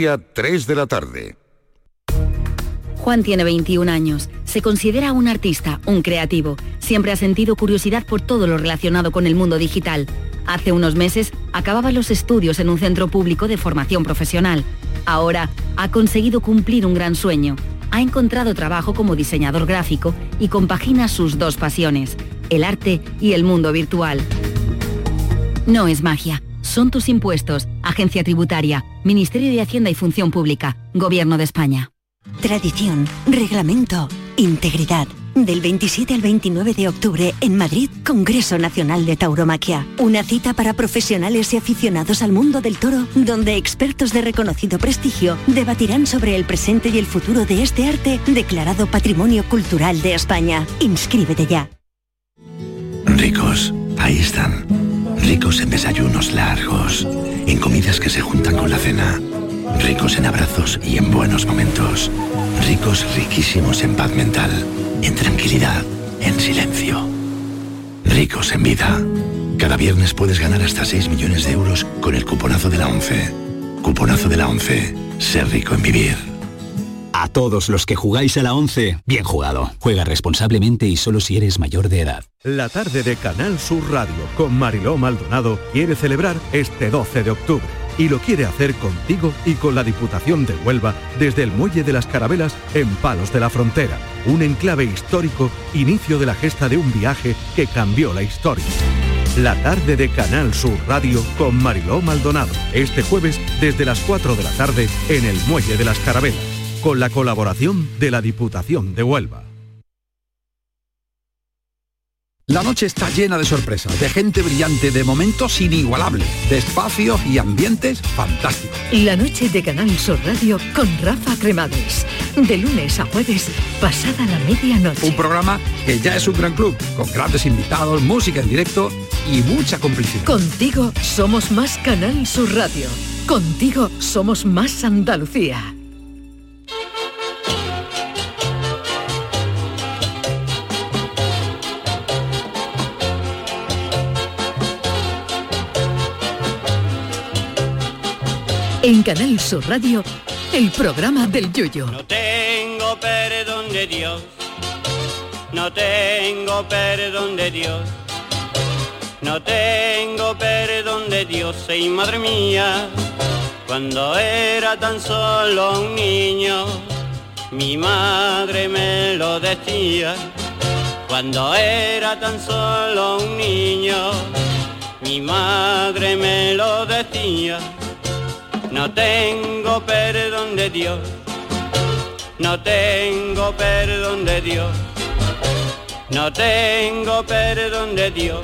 3 de la tarde. Juan tiene 21 años. Se considera un artista, un creativo. Siempre ha sentido curiosidad por todo lo relacionado con el mundo digital. Hace unos meses acababa los estudios en un centro público de formación profesional. Ahora ha conseguido cumplir un gran sueño. Ha encontrado trabajo como diseñador gráfico y compagina sus dos pasiones, el arte y el mundo virtual. No es magia, son tus impuestos. Agencia Tributaria, Ministerio de Hacienda y Función Pública, Gobierno de España. Tradición, reglamento, integridad. Del 27 al 29 de octubre en Madrid, Congreso Nacional de Tauromaquia. Una cita para profesionales y aficionados al mundo del toro, donde expertos de reconocido prestigio debatirán sobre el presente y el futuro de este arte declarado Patrimonio Cultural de España. Inscríbete ya. Ricos, ahí están. Ricos en desayunos largos, en comidas que se juntan con la cena. Ricos en abrazos y en buenos momentos. Ricos, riquísimos en paz mental, en tranquilidad, en silencio. Ricos en vida. Cada viernes puedes ganar hasta 6 millones de euros con el cuponazo de la 11. Cuponazo de la 11. Ser rico en vivir. A todos los que jugáis a la 11, bien jugado. Juega responsablemente y solo si eres mayor de edad. La tarde de Canal Sur Radio con Mariló Maldonado quiere celebrar este 12 de octubre. Y lo quiere hacer contigo y con la Diputación de Huelva desde el Muelle de las Carabelas en Palos de la Frontera. Un enclave histórico, inicio de la gesta de un viaje que cambió la historia. La tarde de Canal Sur Radio con Mariló Maldonado. Este jueves desde las 4 de la tarde en el Muelle de las Carabelas. Con la colaboración de la Diputación de Huelva. La noche está llena de sorpresas, de gente brillante, de momentos inigualables, de espacios y ambientes fantásticos. La noche de Canal Sur Radio con Rafa Cremades. De lunes a jueves, pasada la medianoche. Un programa que ya es un gran club, con grandes invitados, música en directo y mucha complicidad. Contigo somos más Canal Sur Radio. Contigo somos más Andalucía. En Canal Sur Radio, el programa del Yoyo. No tengo perdón de Dios, no tengo perdón de Dios, no tengo perdón de Dios, y madre mía, cuando era tan solo un niño, mi madre me lo decía. Cuando era tan solo un niño, mi madre me lo decía. No tengo perdón de Dios, no tengo perdón de Dios, no tengo perdón de Dios.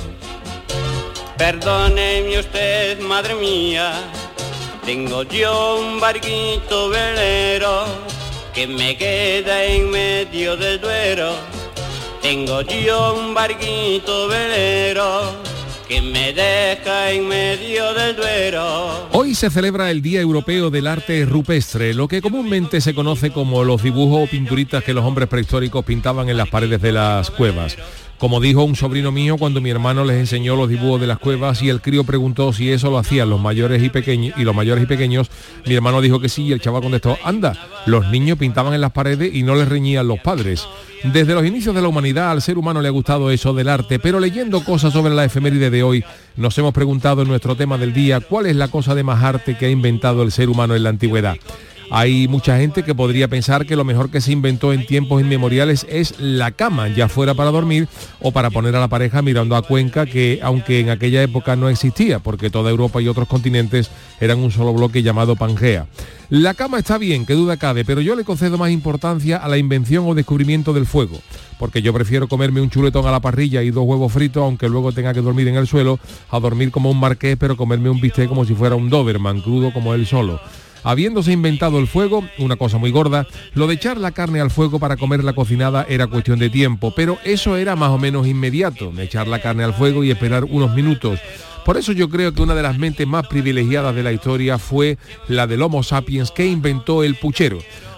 Perdóneme usted, madre mía, tengo yo un barquito velero que me queda en medio del Duero. Tengo yo un barquito velero que me deja en medio del Duero. Hoy se celebra el Día Europeo del Arte Rupestre, lo que comúnmente se conoce como los dibujos o pinturitas que los hombres prehistóricos pintaban en las paredes de las cuevas. Como dijo un sobrino mío cuando mi hermano les enseñó los dibujos de las cuevas y el crío preguntó si eso lo hacían los mayores y pequeños, mi hermano dijo que sí y el chaval contestó, anda, los niños pintaban en las paredes y no les reñían los padres. Desde los inicios de la humanidad al ser humano le ha gustado eso del arte, pero leyendo cosas sobre la efeméride de hoy, nos hemos preguntado en nuestro tema del día, ¿cuál es la cosa de más arte que ha inventado el ser humano en la antigüedad? Hay mucha gente que podría pensar que lo mejor que se inventó en tiempos inmemoriales es la cama, ya fuera para dormir o para poner a la pareja mirando a Cuenca, que aunque en aquella época no existía, porque toda Europa y otros continentes eran un solo bloque llamado Pangea. La cama está bien, qué duda cabe, pero yo le concedo más importancia a la invención o descubrimiento del fuego, porque yo prefiero comerme un chuletón a la parrilla y 2 huevos fritos, aunque luego tenga que dormir en el suelo, a dormir como un marqués, pero comerme un bistec como si fuera un Doberman, crudo como él solo. Habiéndose inventado el fuego, una cosa muy gorda, lo de echar la carne al fuego para comerla cocinada era cuestión de tiempo, pero eso era más o menos inmediato, echar la carne al fuego y esperar unos minutos. Por eso yo creo que una de las mentes más privilegiadas de la historia fue la del Homo sapiens, que inventó el puchero.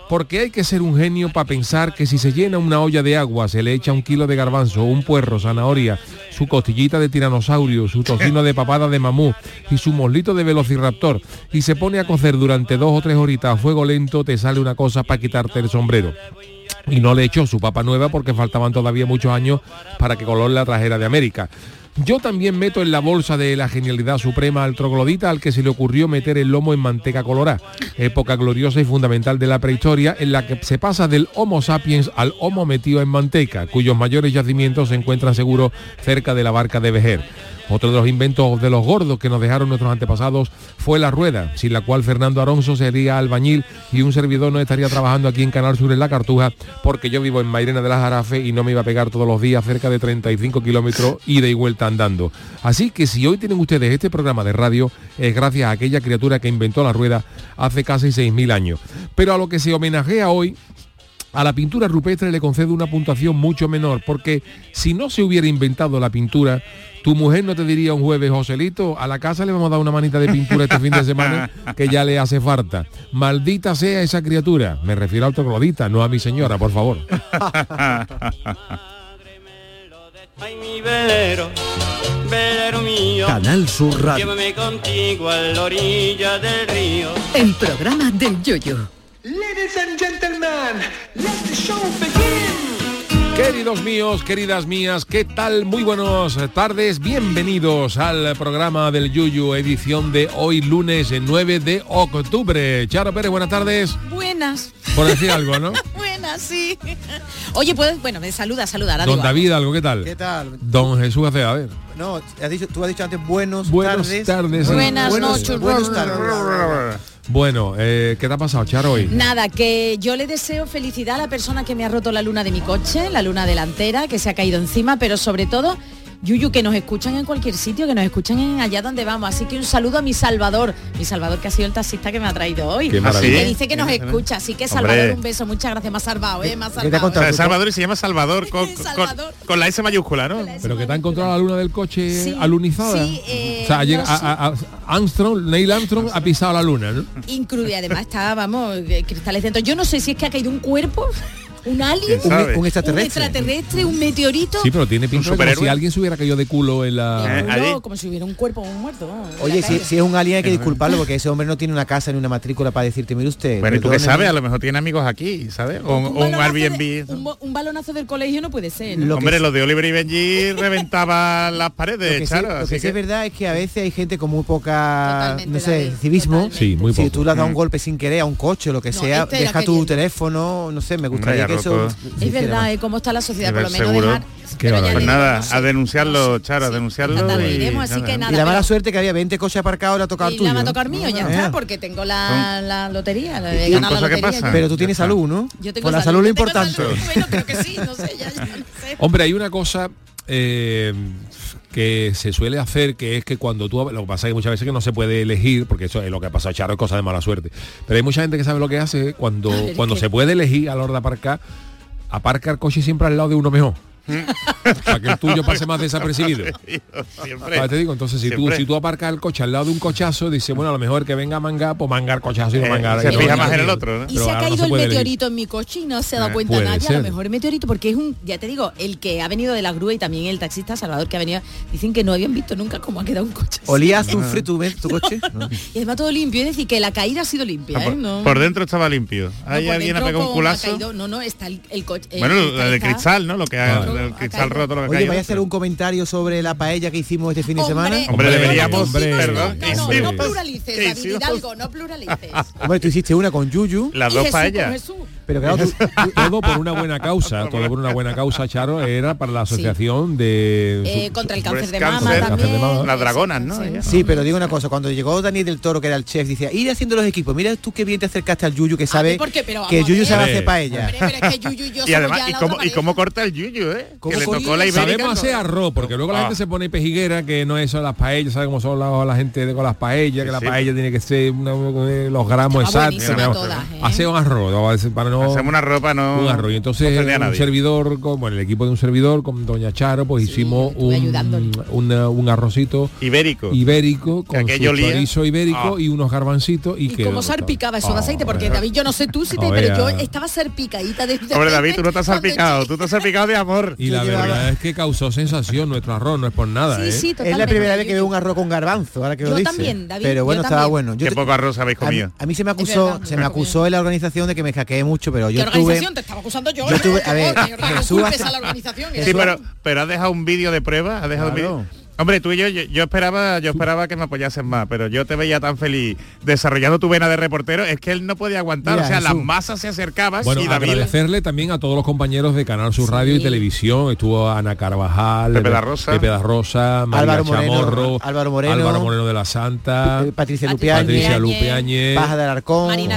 porque hay que ser un genio para pensar que si se llena una olla de agua, se le echa 1 kilo de garbanzo, un puerro, zanahoria, su costillita de tiranosaurio, su tocino de papada de mamú y su moslito de velociraptor, y se pone a cocer durante 2 o 3 horitas a fuego lento, te sale una cosa para quitarte el sombrero. Y no le echó su papa nueva porque faltaban todavía muchos años para que Colón la trajera de América. Yo también meto en la bolsa de la genialidad suprema al troglodita al que se le ocurrió meter el lomo en manteca colorada, época gloriosa y fundamental de la prehistoria en la que se pasa del Homo sapiens al Homo metido en manteca, cuyos mayores yacimientos se encuentran seguros cerca de la barca de Vejer. Otro de los inventos de los gordos que nos dejaron nuestros antepasados fue la rueda, sin la cual Fernando Alonso sería albañil y un servidor no estaría trabajando aquí en Canal Sur en La Cartuja, porque yo vivo en Mairena de la Jarafe y no me iba a pegar todos los días cerca de 35 kilómetros ida y vuelta andando. Así que si hoy tienen ustedes este programa de radio, es gracias a aquella criatura que inventó la rueda hace casi 6.000 años. Pero a lo que se homenajea hoy, a la pintura rupestre le concedo una puntuación mucho menor, porque si no se hubiera inventado la pintura, tu mujer no te diría un jueves: Joselito, a la casa le vamos a dar una manita de pintura este fin de semana que ya le hace falta. Maldita sea esa criatura. Me refiero al troglodita, no a mi señora, por favor. Ay, mi velero, velero mío, Canal Sur Radio. llévame contigo a la orilla del río. El programa del Yoyo. Ladies and gentlemen, let the show begin. Queridos míos, queridas mías, ¿qué tal? Muy buenas tardes, bienvenidos al programa del Yuyu, edición de hoy lunes 9 de octubre. Charo Pérez, buenas tardes. Buenas. Por decir algo, ¿no? Buenas, sí. Oye, puedes, bueno, me saludar. Don David, algo, ¿qué tal? ¿Qué tal? Don Jesús Acea, a ver. No, tú has dicho antes buenas tardes. Buenas noches. Buenas tardes. Bueno, ¿qué te ha pasado, Charo, hoy? Nada, que yo le deseo felicidad a la persona que me ha roto la luna de mi coche, la luna delantera, que se ha caído encima, pero sobre todo, Yuyu, que nos escuchan en cualquier sitio, que nos escuchan en allá donde vamos. Así que un saludo a mi Salvador que ha sido el taxista que me ha traído hoy. Qué maravilla. Que dice que nos escucha, así que Salvador, hombre, un beso, muchas gracias, me has salvado, me has salvado. Salvador, y se llama Salvador con la S mayúscula, ¿no? Pero que te ha encontrado la luna del coche, sí, alunizada. Sí, o sea, Neil Armstrong ha pisado la luna, ¿no? Incluye, además está, cristales dentro. Yo no sé si es que ha caído un cuerpo, un alien, un extraterrestre, un meteorito. Sí, pero tiene pinta como si alguien se hubiera caído de culo en la... como si hubiera un cuerpo muerto. Oye, si es un alien hay que disculparlo, porque ese hombre no tiene una casa ni una matrícula para decirte, mire usted. Bueno, ¿y tú qué sabes? A lo mejor tiene amigos aquí, ¿sabes? O un Airbnb. Un balonazo del colegio no puede ser, ¿no? Hombre, los de Oliver y Benji reventaban las paredes, Lo que sí es verdad es que a veces hay gente con muy poca, no sé, civismo. Sí, muy poco. Si tú le has dado un golpe sin querer a un coche o lo que sea, deja tu teléfono, no sé, me gustaría que eso... Es verdad, cómo está la sociedad, por lo menos seguro. dejar... Pues nada, a denunciarlo, Charo, a denunciarlo. Así que nada, y la mala suerte que había 20 coches aparcados, le ha tocado tuyo. Y la va a tocar mío, ya está, porque tengo la lotería, he ganado la lotería. Pero tú tienes salud, ¿no? Yo tengo por la salud lo importante. Bueno, creo que sí, no sé, ya no sé. Hombre, hay una cosa... que se suele hacer, que es que cuando tú, lo que pasa es que muchas veces que no se puede elegir, porque eso es lo que ha pasado, Charo, es cosa de mala suerte, pero hay mucha gente que sabe lo que hace cuando se puede elegir a la hora de aparcar, aparca el coche siempre al lado de uno mejor. Para que el tuyo pase más desapercibido. Te digo, entonces si tú aparcas el coche al lado de un cochazo, dices, bueno, a lo mejor que venga a mangar, pues mangar cochazo y no mangar. Se fija más en el otro, ¿no? Y se ha caído el meteorito en mi coche y no se ha dado cuenta nadie, a lo mejor el meteorito, porque es ya te digo, el que ha venido de la grúa y también el taxista Salvador que ha venido, dicen que no habían visto nunca cómo ha quedado un coche. ¿Olía azufre tu coche? No. Y además todo limpio, es decir, que la caída ha sido limpia, ¿eh? Por dentro estaba limpio. Ahí alguien ha pegado un culazo. No, está el coche. Bueno, el cristal, ¿no? Lo que el cristal roto. Oye, ¿vais a hacer un comentario sobre la paella que hicimos este fin de semana? Hombre, deberíamos, perdón. No pluralices, David Hidalgo, no pluralices. Hombre, tú hiciste una con Yuyu. Las dos paellas. Pero claro, todo por una buena causa, Charo, era para la asociación de... contra el cáncer de mama también. Las dragonas, ¿no? Sí, pero digo una cosa, cuando llegó Daniel del Toro, que era el chef, decía, ir haciendo los equipos, mira tú qué bien te acercaste al Yuyu, que sabe que Yuyu sabe hacer paella. Y además, ¿y cómo corta el Yuyu, ¿sabes? Que le tocó la ibérica. Sabemos hacer arroz, porque luego la gente se pone pejiguera, que no es eso de las paellas, ¿sabes cómo son la gente con las paellas? Que la paella tiene que ser los gramos exactos. Hacer un arroz, para no... Hacemos una ropa, no... Un arroz. Y entonces un servidor, bueno, el equipo de un servidor, con doña Charo, pues hicimos un arrocito ibérico con su chorizo ibérico y unos garbancitos. ¿Y cómo salpicaba eso de aceite? Porque David, yo no sé tú, pero yo estaba salpicadita de Hombre, David, tú no estás salpicado, tú estás salpicado de amor. Y la verdad es que causó sensación nuestro arroz, no es por nada. Sí, es la primera vez que veo un arroz con garbanzo, ahora que lo dice. También, David, pero bueno, estaba bueno. Qué poco arroz habéis comido. A mí se me acusó en la organización de que me hackeé mucho, pero yo ¿Qué organización? Te estaba acusando yo. A ver, Jesús a la organización. Sí, pero has dejado un vídeo de prueba, has dejado un vídeo. Hombre, tú y yo esperaba que me apoyasen más, pero yo te veía tan feliz desarrollando tu vena de reportero, es que él no podía aguantar. Mira, o sea, Jesús, las masas se acercaban. Bueno, y David... agradecerle también a todos los compañeros de Canal Sur Radio y Televisión. Estuvo Ana Carvajal, Pepe da Rosa, María Chamorro, Álvaro Moreno de la Santa, Patricia Lupiáñez, Paja del Arcón, Marina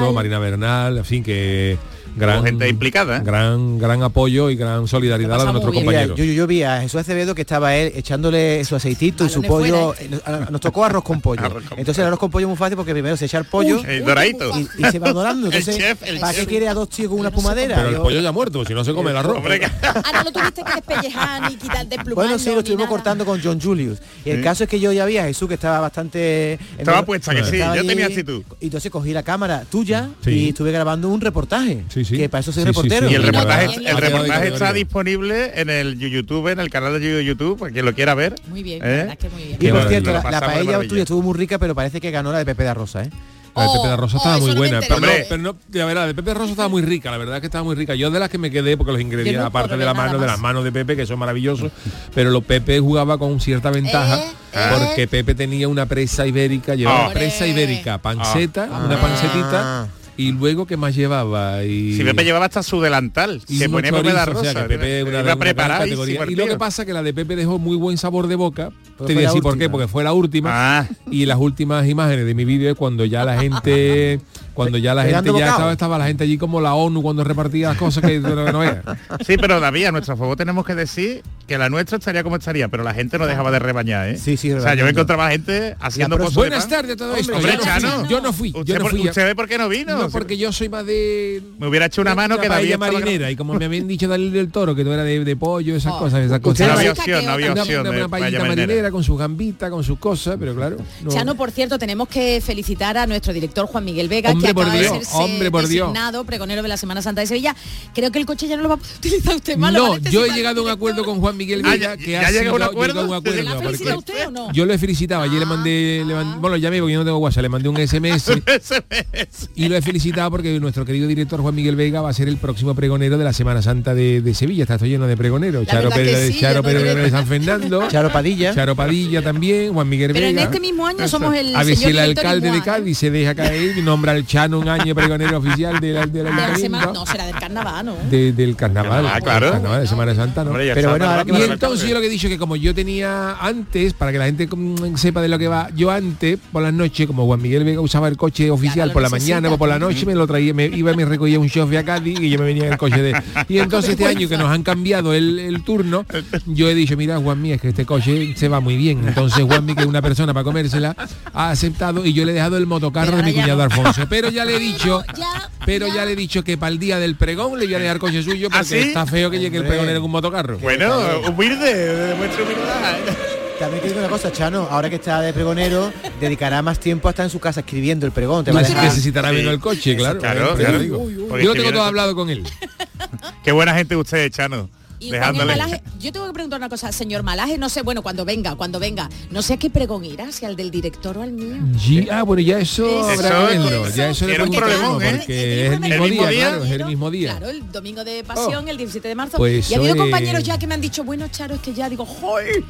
Bernal, en fin, que... Gran gente implicada, gran apoyo y gran solidaridad a nuestros compañeros. Mira, yo vi a Jesús Acevedo que estaba él echándole su aceitito y su pollo. Nos tocó arroz con pollo. Entonces el arroz con pollo es muy fácil porque primero se echa el pollo doradito y se va dorando. Entonces, ¿para qué quiere a dos tíos con una espumadera? Pero el pollo ya muerto, si no se come el arroz. Ahora no tuviste que despellejar ni quitar de plumón. Bueno, sí, lo estuvimos cortando con John Julius. Y el caso es que yo ya vi a Jesús que estaba bastante... Estaba puesta, que sí, yo tenía actitud. Y entonces cogí la cámara tuya y estuve grabando un reportaje. Que para eso soy reportero. Y el reportaje está disponible en el YouTube, en el canal de YouTube, para quien lo quiera ver. Muy bien, verdad que muy bien. Y por cierto, la paella tuya estuvo muy rica, pero parece que ganó la de Pepe da Rosa, ¿eh? La de Pepe da Rosa estaba muy buena, pero no, la verdad, de Pepe da Rosa estaba muy rica, la verdad es que estaba muy rica. Yo de las que me quedé, porque los ingredientes, aparte de las manos de Pepe, que son maravillosos, pero los Pepe jugaba con cierta ventaja, porque Pepe tenía una presa ibérica, llevaba presa ibérica, panceta, una pancetita. Y luego, ¿qué más llevaba? Y Pepe llevaba hasta su delantal, y se ponía Pepe da Rosa. O sea, que Pepe una preparada. Y lo que pasa es que la de Pepe dejó muy buen sabor de boca. Te voy a decir por qué, porque fue la última. Y las últimas imágenes de mi vídeo es cuando ya la gente... estaba la gente allí como la ONU cuando repartía las cosas que no era. Sí, pero David, a nuestro favor tenemos que decir que la nuestra estaría como estaría, pero la gente no dejaba de rebañar, ¿eh? Sí, o sea, yo me encontraba gente haciendo cosas. Buenas tardes a todo esto. Hombre, Chano, yo no fui. ¿Usted ve por qué no vino? No, porque yo soy más de... Me hubiera hecho una mano que David marinera, y como me habían dicho Dalil del Toro, que tú eras de pollo, esas cosas. No había opción. Una paellita marinera con su gambita, con sus cosas, pero claro. Chano, por cierto, tenemos que felicitar a nuestro director Juan Miguel Vega, que acaba de ser designado pregonero de la Semana Santa de Sevilla. Creo que el coche ya no lo va a poder utilizar usted mal. No, yo he llegado a un acuerdo con Juan Miguel Vega, que ha llegado a un acuerdo. ¿La ha felicitado usted o no? Yo lo he felicitado, ayer le mandé, bueno, llamé porque yo no tengo WhatsApp, le mandé un SMS y lo he felicitado porque nuestro querido director Juan Miguel Vega va a ser el próximo pregonero de la Semana Santa de Sevilla. Está lleno de pregoneros. Charo Pérez de San Fernando, Charo Padilla también, Juan Miguel Vega. Pero en este mismo año somos el a ver si el alcalde de Cádiz se deja caer y nombra al Chano un año pregonero oficial de la semana, no, será del carnaval, ¿no? Del carnaval. Claro. Carnaval de Semana Santa, ¿no? Pero bueno, y entonces yo lo que he dicho que como yo tenía antes, para que la gente sepa de lo que va, yo antes, por las noches, como Juan Miguel Vega usaba el coche oficial por la mañana o por la noche, me lo traía, me recogía un chofer a Cádiz y yo me venía en el coche de... Y entonces este año que nos han cambiado el turno, yo he dicho, mira, Juanmi, es que este coche se va muy bien. Entonces Juanmi, que es una persona para comérsela, ha aceptado y yo le he dejado el motocarro de mi cuñado Alfonso. Pero ya le he dicho... ya le he dicho que para el día del pregón le voy a dejar coche suyo porque está feo que llegue el pregonero en un motocarro. Bueno, humilde, demuestra humildad. También te digo una cosa, Chano, ahora que está de pregonero, dedicará más tiempo a estar en su casa escribiendo el pregón. Necesitará menos el coche, claro. Yo lo tengo todo hablado con él. Qué buena gente usted, Chano. Y Malaje, yo tengo que preguntar una cosa, señor Malaje, no sé, bueno, cuando venga, no sé a qué pregón irá, si al del director o al mío. Bueno, ya eso habrá que verlo, ya eso era un problemón, porque es el mismo día, claro, es el mismo día. Claro, el domingo de Pasión, el 17 de marzo. Pues y ha habido compañeros ya que me han dicho, bueno, Charo, es que ya digo, ¡joy!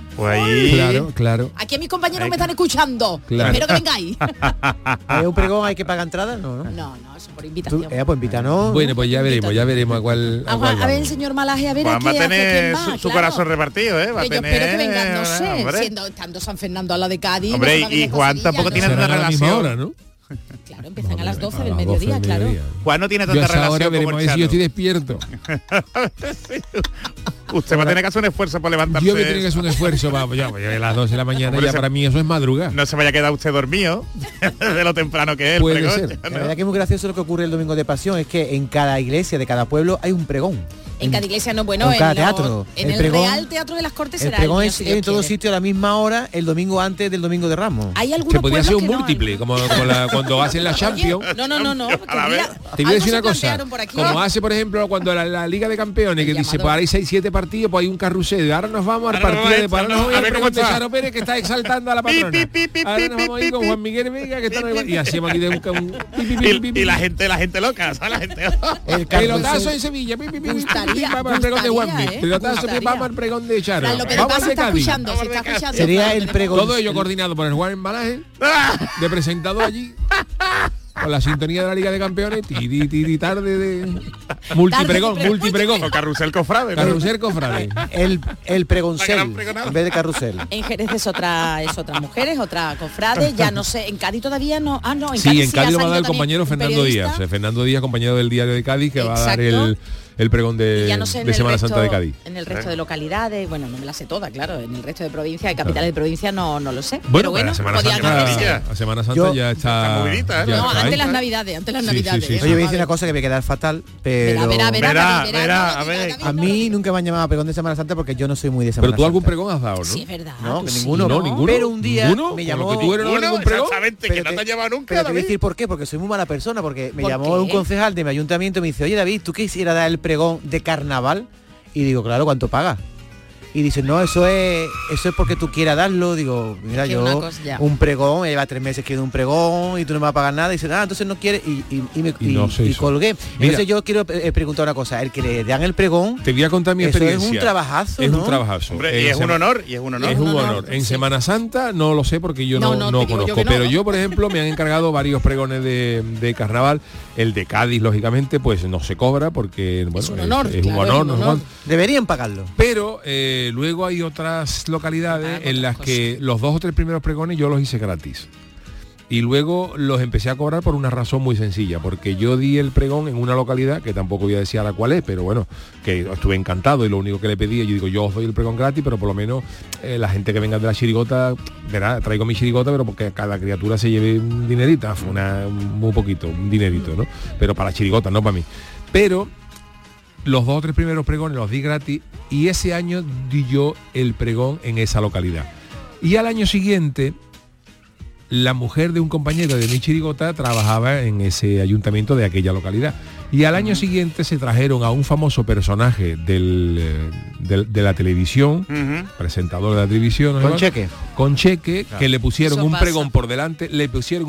Claro. Aquí a mis compañeros me están escuchando. Espero que vengáis. ¿Hay un pregón, hay que pagar entrada? No, eso por invitación. Pues invítanos. Bueno, pues ya veremos a cuál. A ver, el señor Malaje, a ver a qué tener su corazón repartido, va a tener. Yo espero que vengan, no sé, estando San Fernando a la de Cádiz. Hombre, y Juan tampoco tiene tanta relación. Hora, ¿no? Claro, empiezan a las 12 del mediodía, claro. Juan no tiene tanta relación. Ahora veremos a ver si yo estoy despierto. Usted va a tener que hacer un esfuerzo para levantarse. Yo me tengo que hacer un esfuerzo, vamos, ya a las 12 de la mañana. Hombre, ya para mí eso es madrugar. No se vaya a quedar usted dormido de lo temprano que es. Puede ser. La verdad que es muy gracioso lo que ocurre el Domingo de Pasión, es que en cada iglesia de cada pueblo hay un pregón. En cada iglesia no, bueno, en cada teatro. En el pregón, Real Teatro de las Cortes será el pregón el es en todo sitio a la misma hora, el domingo antes del Domingo de Ramos. Hay algunos se podría hacer un que múltiple, como cuando hacen la Champions. No. Te voy a decir una cosa, como hace por ejemplo cuando la Liga de Campeones, que dice, pues ahora hay 6-7 partidos, pues hay un carrusel, y ahora nos vamos al partido de Charo Pérez, que está exaltando a la patrona. Ahora nos vamos a ir con Juan Miguel Vega, que está y hacemos aquí de un y la gente loca, ¿sabes? La gente el pelotazo en Sevilla, vamos al pregón de Charo. Vamos al Cádiz. Sería el pregón. Todo ello coordinado por el Juan Embalaje, de presentador allí. Con la sintonía de la Liga de Campeones, tarde de multipregón. O carrusel cofrade. Carrusel cofrade. El pregoncel en vez de carrusel. En Jerez es otra mujer, es otra cofrade, ya no sé, en Cádiz todavía no. En Cádiz sí, en Cádiz lo va a dar el compañero Fernando Díaz. Fernando Díaz, compañero del Diario de Cádiz, que va a dar el pregón de Semana Santa de Cádiz. En el resto de localidades, bueno, no me la sé toda, claro, en el resto de provincias, de capitales de provincia no lo sé. Bueno, la Semana Santa ya está movidita, antes las Navidades. Sí. Oye, me dice una cosa que me queda fatal, pero verá, a mí nunca me han llamado a pregón de Semana Santa porque yo no soy muy de Semana Santa. Pero tú algún pregón has dado, ¿no? Sí, es verdad. No, que ninguno. Pero un día me llamó. ¿Tú eres ningún pregón? Exactamente, que no te ha llamado nunca. Pero te voy a decir por qué, porque soy muy mala persona, porque me llamó un concejal de mi ayuntamiento y me dice, oye David, ¿tú quisieras dar el pregón de carnaval? Y digo, claro, ¿cuánto pagas? Y dice, no, eso es porque tú quieras darlo. Digo, mira, yo un pregón, lleva 3 meses que de un pregón y tú no me vas a pagar nada. Y dice, entonces no quieres. Y colgué. Entonces yo quiero preguntar una cosa. El que le dan el pregón, te voy a contar mi experiencia. Es un trabajazo, Es un trabajazo. Hombre, y es un honor. Es un honor. En Semana Santa no lo sé porque yo no conozco. Pero yo, por ejemplo, me han encargado varios pregones de carnaval. El de Cádiz, lógicamente, pues no se cobra porque bueno, es un honor. Deberían pagarlo. Pero luego hay otras localidades en las que los 2 o 3 primeros pregones yo los hice gratis. Y luego los empecé a cobrar por una razón muy sencilla, porque yo di el pregón en una localidad, que tampoco voy a decir ahora cuál es, pero bueno, que estuve encantado y lo único que le pedí, yo digo, yo os doy el pregón gratis, pero por lo menos la gente que venga de la chirigota, verá, traigo mi chirigota, pero porque cada criatura se lleve un dinerita, muy poquito, un dinerito, ¿no? Pero para la chirigota, no para mí. Pero los 2 o 3 primeros pregones los di gratis y ese año di yo el pregón en esa localidad. Y al año siguiente, la mujer de un compañero de mi chirigota trabajaba en ese ayuntamiento de aquella localidad. Y al año siguiente se trajeron a un famoso personaje de la televisión, presentador de la televisión, ¿no? Con cheque, que le pusieron un pregón por delante, y le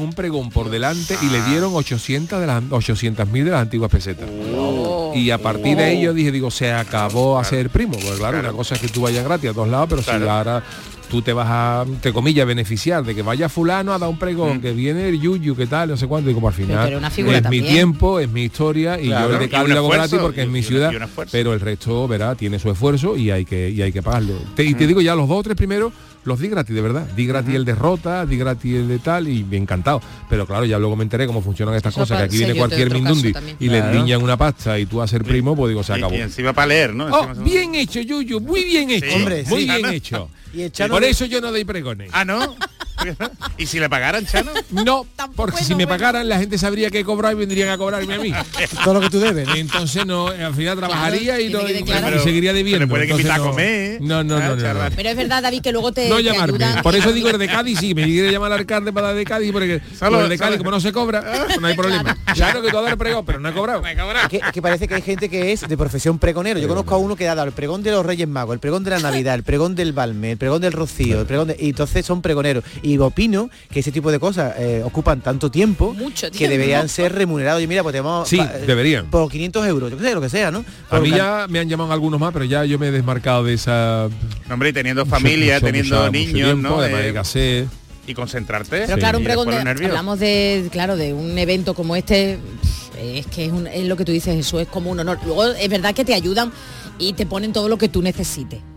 dieron 800.000 de las antiguas pesetas. Y a partir de ello digo, se acabó a ser primo, porque claro, una cosa es que tú vayas gratis a todos lados, pero si ahora tú te vas a, entre comillas, beneficiar de que vaya fulano a dar un pregón, que viene el Yuyu, que tal, no sé cuánto, y como al final es mi tiempo, es mi historia, y yo el de Cádiz lo hago gratis porque es mi ciudad, pero el resto, verá, tiene su esfuerzo y hay que pagarlo. Y te digo ya, los 2 o 3 primeros los di gratis, de verdad. Di gratis el de Rota, di gratis el de tal, y me encantado. Pero claro, ya luego me enteré cómo funcionan estas cosas, que aquí viene cualquier mindundi y le endiñan una pasta y tú a ser primo, pues digo, se acabó. Y encima para leer, ¿no? Bien hecho, Yuyu, muy bien hecho. Hombre, muy bien hecho. Y por eso yo no doy pregones. Ah, ¿no? ¿Y si le pagaran, Chano? No, porque si me pagaran la gente sabría que he cobrado y vendrían a cobrarme a mí. Todo lo que tú debes. Entonces no, al final trabajaría y seguiría debiendo. Puede que invitar a comer. No. Pero es verdad, David, que luego te no llamarme. Por eso digo el de Cádiz, sí, me quiere llamar al alcalde para dar de Cádiz, porque el de Cádiz, como no se cobra, no hay problema. Claro que tú has dado el pregón, pero no he cobrado. Que parece que hay gente que es de profesión pregonero. Yo conozco a uno que ha dado el pregón de los Reyes Magos, el pregón de la Navidad, el pregón del Balme, el pregón del Rocío, y entonces son pregoneros. Y opino que ese tipo de cosas ocupan tanto tiempo que deberían ser remunerados. Y mira, pues te vamos deberían. Por 500 euros, yo qué sé, lo que sea, ¿no? A mí ya me han llamado algunos más, pero ya yo me he desmarcado de esa... Hombre, y teniendo familia, teniendo niños, tiempo, ¿no? Y concentrarte. Pero claro, un pregón hablamos de un evento como este, es que es lo que tú dices, eso es como un honor. Luego es verdad que te ayudan y te ponen todo lo que tú necesites.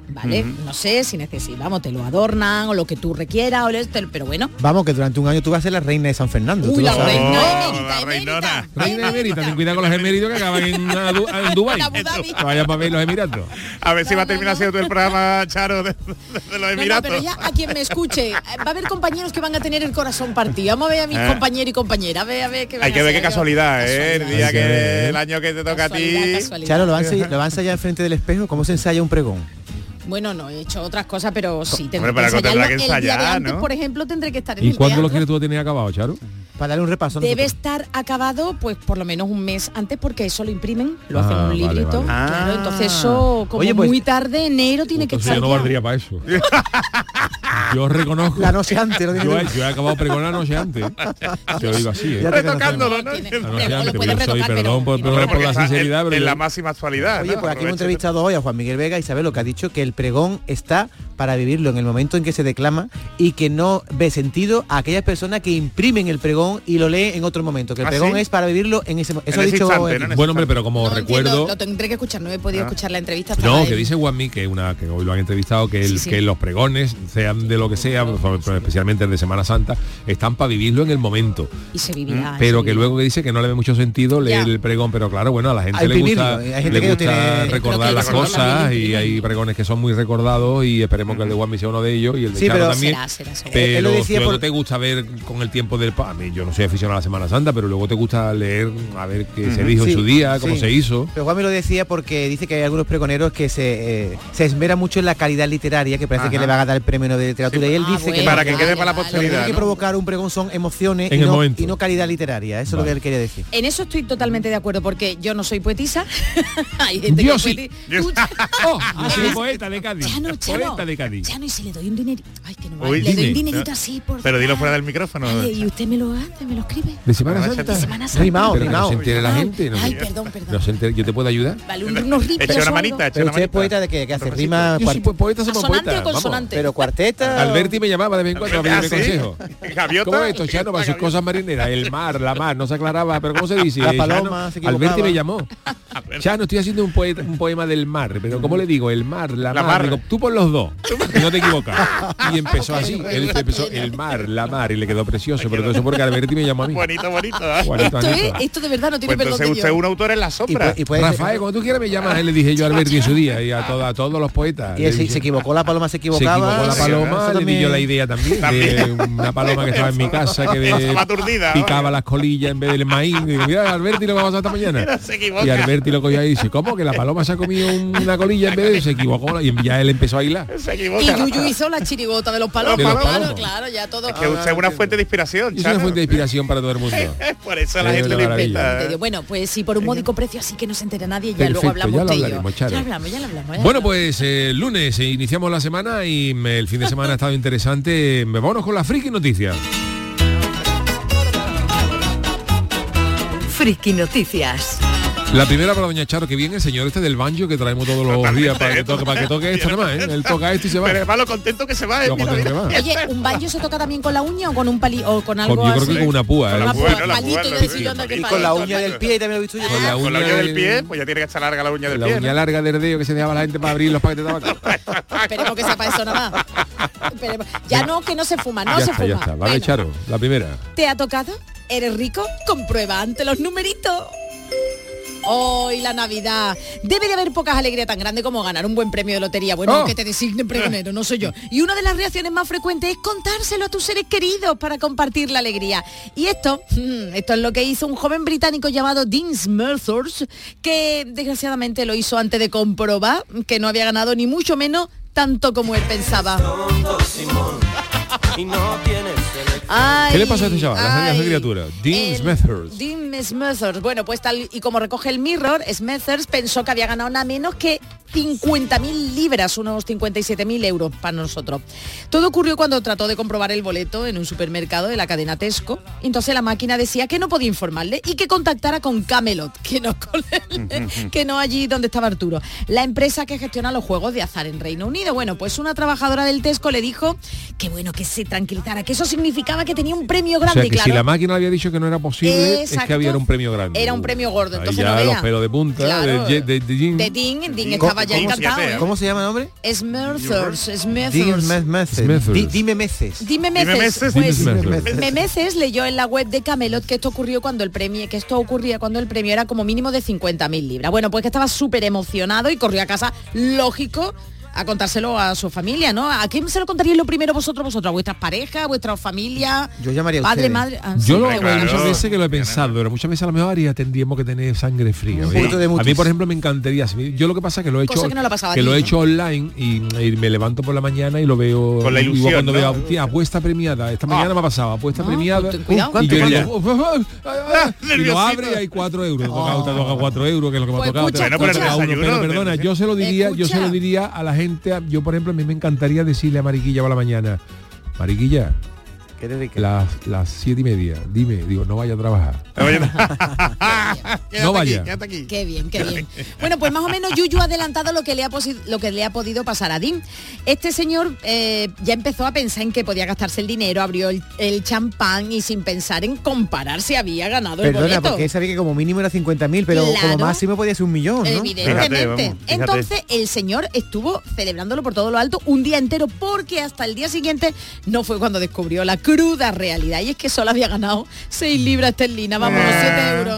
¿vale? No sé si necesitamos, te lo adornan o lo que tú requieras, pero bueno. Vamos, que durante un año tú vas a ser la reina de San Fernando. Uy, tú la lo sabes. reina emérita, ten cuidado con los eméritos que acaban en Dubái. Que vayan para ver los Emiratos. A ver si va a terminar siendo el programa, Charo, de los Emiratos. Pero ya a quien me escuche, va a haber compañeros que van a tener el corazón partido. Vamos a ver a mis compañeros y compañeras, a ver qué van Hay que a ver hacer. qué casualidad, el día que el año que te toca a ti. Charo, ¿lo va a ensayar enfrente del espejo? ¿Cómo se ensaya un pregón? Bueno, no he hecho otras cosas, pero sí tendré Hombre, que ensayarlo. que ensayar, el día de antes, ¿no? por ejemplo, tendré que estar en ¿Y el cuándo lo teatro. quieres tú tener acabado, Charo? Para darle un repaso. Debe estar acabado, pues por lo menos un mes antes, porque eso lo imprimen, lo hacen un vale, librito. vale. Claro, entonces eso, como Oye, pues, muy tarde, enero, tiene que estar Yo no ya. valdría para eso. Yo reconozco. La noche antes, lo yo he acabado pregón la noche antes. Te lo digo así, ¿eh? Retocándolo, ¿no? La noche antes, pero yo soy, perdón por la sinceridad, pero en yo- la máxima actualidad. Oye, ¿no? pues aquí hemos entrevistado hoy a Juan Miguel Vega y sabe lo que ha dicho, que el pregón está para vivirlo en el momento en que se declama y que no ve sentido a aquellas personas que imprimen el pregón y lo leen en otro momento, que el pregón ¿sí? es para vivirlo en ese momento. Eso En ha ese dicho instante, ¿no? Bueno, hombre, pero como No recuerdo... entiendo, lo tendré que escuchar, no he podido escuchar la entrevista. No, estaba que en- dice Juanmi, que hoy lo han entrevistado, que, Sí, sí. que los pregones, sean de lo que sea, pero especialmente el de Semana Santa, están para vivirlo en el momento. Y se vivirá. Pero se que vivirá. luego que dice que no le ve mucho sentido leer Ya. el pregón, pero claro, bueno, a la gente A le gusta, imprimirlo. Hay gente que no tiene- recordar Creo las que cosas sí. y hay pregones que son muy recordados y esperemos que el de Juanmi sea uno de ellos y el de Sí, Charo pero también. será seguro. Pero Él lo decía luego por- te gusta ver con el tiempo del PAM. Yo no soy aficionado a la Semana Santa, pero luego te gusta leer a ver qué se dijo Sí, en su día, cómo sí. se hizo. Pero Juan me lo decía porque dice que hay algunos pregoneros que se esmera mucho en la calidad literaria, que parece que le van a dar el premio Nobel de literatura. Y él dice que para que quede para la lo que posteridad, tiene que ¿no? provocar un pregón son emociones En el momento. y no calidad literaria. Eso es lo que él quería decir. En eso estoy totalmente de acuerdo, porque yo no soy poetisa. Hay gente Yo que sí. Tú- Oh, yo soy poeta de Cádiz. Poeta de Cádiz. Chano, y si le doy un dinerito. Ay, que no Uy, le doy dime. un dinerito así por Pero dilo favor. fuera del micrófono. Ay, y usted me lo hace, me lo escribe. ¿De Semana Santa? De Semana Santa. Rimao, Pero que no rimao. se entere la gente. No, Ay, perdón. no se entere. ¿Yo te puedo ayudar? Vale, unos ritos. Echa una manita, echa Pero una usted es manita. poeta de que hace rima, Yo soy poeta, somos ¿Asonante poetas. o consonante? pero cuarteta. Alberti me llamaba de vez en cuando a pedirme ¿sí? consejo. Gaviota. ¿Cómo es esto, Chano? Para sus cosas marineras. El mar, la mar, no se aclaraba. ¿Pero cómo se dice? La Chano? paloma se equivocaba. Alberti me llamó. Chano, estoy haciendo un poema del mar. Pero ¿cómo le digo? El mar, la mar. Digo, tú pon los dos. Y no te equivocas. Y empezó así. Él empezó el mar, la mar. Y le quedó precioso. Pero todo eso porque Alberti me llamó a mí. Bonito, bonito. ¿eh? Bonito, bonito. Esto de verdad no tiene Pues perdón entonces de usted es Dios. un autor en la sombra. Y puede Rafael, cuando tú quieras me llamas, le dije yo a Alberti en su día y a todos los poetas. Y Le él dije- se equivocó, la paloma se Se equivocaba. equivocó la Eso paloma, le di también- yo la idea también, de una paloma que estaba en mi casa que Estaba aturdida, picaba vaya. las colillas en vez del maíz. Y digo, mira, Alberti lo que va a pasar esta mañana. Mira, se equivoca. Y Alberti lo cogió ahí y dice, ¿cómo? Que la paloma se ha comido una colilla en vez de... Se equivocó y ya él empezó a hilar. Se Y equivoca. Yuyu hizo la chirigota de los palomos. De los Claro, palomos. claro, ya todo. Que usted es una fuente de inspiración, Y es una Chano. fuente de inspiración para todo el mundo. Por eso la Es gente una le maravilla. invita. Bueno, pues sí, por un módico precio, así que no se entera nadie, ya Perfecto, luego hablamos ya lo de ello. hablaremos, Charo. Ya lo hablamos. Bueno, pues el lunes iniciamos la semana y el fin de semana ha estado interesante. Vámonos con la friki noticias. Friki Noticias. La primera para doña Charo, que viene el señor este del banjo que traemos todos los días para que toque esto nada más, ¿eh? Él toca esto y se va. Pero además lo contento que se va. Lo contento que va. Oye, ¿un banjo se toca también con la uña o con un palito o con algo Yo creo así? que con una púa. Con ¿eh? una púa, púa, ¿no? La palito púa, y la decir, púa. anda, que Y palito, con la uña palito. del pie también lo he visto yo. Con la Con la uña de- del pie, pues ya tiene que estar larga la uña del La pie. uña ¿no? larga del dedo que se dejaba la gente para abrir los paquetes de tabaco. Esperemos que sepa eso nada más. Esperemos. Ya no, que no se fuma, no Ya se está, fuma. ya está. Vale, Bueno, Charo, la primera. ¿te ha tocado? ¿Eres rico? Comprueba ante los numeritos. Hoy la Navidad. Debe de haber pocas alegrías tan grandes como ganar un buen premio de lotería. Bueno, Oh. que te designen pregonero, no soy yo. Y una de las reacciones más frecuentes es contárselo a tus seres queridos para compartir la alegría. Y esto es lo que hizo un joven británico llamado Dean Smethurst, que desgraciadamente lo hizo antes de comprobar que no había ganado ni mucho menos tanto como él pensaba. Ay, ¿Qué le pasa a este chaval? A esa ay, criatura. Dean el Smethurst. Dean Smethurst. Bueno, pues tal y como recoge el Mirror, Smethurst pensó que había ganado nada menos que 50.000 libras, unos 57.000 euros para nosotros. Todo ocurrió cuando trató de comprobar el boleto en un supermercado de la cadena Tesco. Entonces la máquina decía que no podía informarle y que contactara con Camelot, que no allí donde estaba Arturo, la empresa que gestiona los juegos de azar en Reino Unido. Bueno, pues una trabajadora del Tesco le dijo que bueno, que se tranquilizara, que eso significa significaba que tenía un premio O grande. sea, que claro, si la máquina había dicho que no era posible, es Exacto. que había un premio grande. era un premio gordo. Entonces Ahí ya no los veas. pelos de punta Claro. de Dean. De Dean estaba ya encantado. ¿Cómo se llama el nombre? Smurfers. Dime meses. Dime meses. Meses. Pues, Dime meses. Memeces leyó en la web de Camelot que esto ocurría cuando el premio era como mínimo de 50.000 libras. Bueno, pues que estaba súper emocionado y corrió a casa, lógico, a contárselo a su familia, ¿no? ¿A quién se lo contaríais lo primero vosotros? ¿A vuestras parejas, a vuestra familia? Yo llamaría a padre, ustedes. madre. Yo lo bueno. muchas veces que lo he pensado, pero muchas veces a lo mejor tendríamos que tener sangre fría. Un ¿verdad? poquito de mutis. A mí, por ejemplo, me encantaría. Yo lo que pasa es que lo he hecho, Cosa que no le pasaba a que ti, lo he ¿no? hecho online y me levanto por la mañana y lo veo Con la igual ilusión, cuando ¿no? veo tía, apuesta premiada. Esta mañana me ha pasado, apuesta premiada. pues ten cuidado. Y yo ¿Cuánto? digo, y lo Nerviosito. abre y hay 4 euros. Te toca 4 euros, que es lo que me ha Pues tocado. escucha, Te toca escucha. a uno. Pero Desayuno, perdona, yo se lo diría a la gente. Yo, por ejemplo, a mí me encantaría decirle a Mariquilla por la mañana, Mariquilla, ¿Qué te dedica? las 7:30, dime, digo, no vaya a trabajar. No vaya. Quédate aquí. Qué bien, qué bien. Bueno, pues más o menos Yuyu ha adelantado lo que le ha podido pasar a Dean. Este señor ya empezó a pensar en que podía gastarse el dinero, abrió el champán y sin pensar en comparar se había ganado el Perdona, boleto. porque sabía que como mínimo era 50.000, pero Claro. como máximo podía ser 1 millón, ¿no? Evidentemente. Fíjate, vamos, fíjate. Entonces el señor estuvo celebrándolo por todo lo alto un día entero porque hasta el día siguiente no fue cuando descubrió la cruda realidad y es que solo había ganado 6 libras esterlinas, vamos, 7 euros.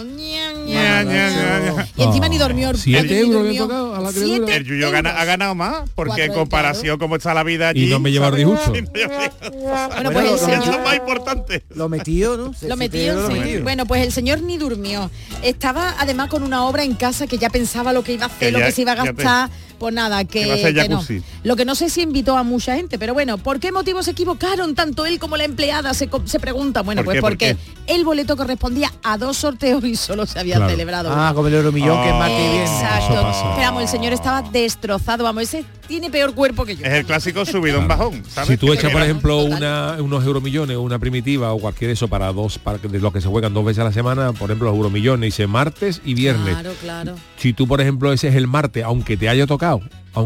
Y encima ni durmió. 7 euros le durmió. ha tocado a la criatura. 7 El Yuyo ha ganado más, porque 4 en comparación cómo está la vida allí... Y no me lleva ¿sabes? disgusto. Bueno, pues el Eso es señor lo más importante. Lo metió, ¿no? lo metió, sí. Bueno, pues el señor ni durmió. Estaba además con una obra en casa que ya pensaba lo que iba a hacer, Que lo ya- que se iba a ya te- gastar. Pues nada, Que va a ser que no. jacuzzi. Lo que no sé si invitó a mucha gente, pero bueno, ¿por qué motivo se equivocaron tanto él como la empleada? Se pregunta. Bueno, ¿Por pues qué? ¿Por porque el boleto correspondía a 2 sorteos y solo se había Claro. celebrado Ah, uno. como el euromillón que es martes y viernes. Eso Exacto. pasa. Pero vamos, el señor estaba destrozado, vamos, ese tiene peor cuerpo que yo. Es el clásico subidón bajón, ¿sabes? Si tú echas, por Mira, ejemplo, Total. unos euromillones o una primitiva o cualquier eso para de los que se juegan 2 veces a la semana, por ejemplo, los euromillones, dice martes y viernes. Claro, claro. Si tú, por ejemplo, ese es el martes, aunque te haya tocado,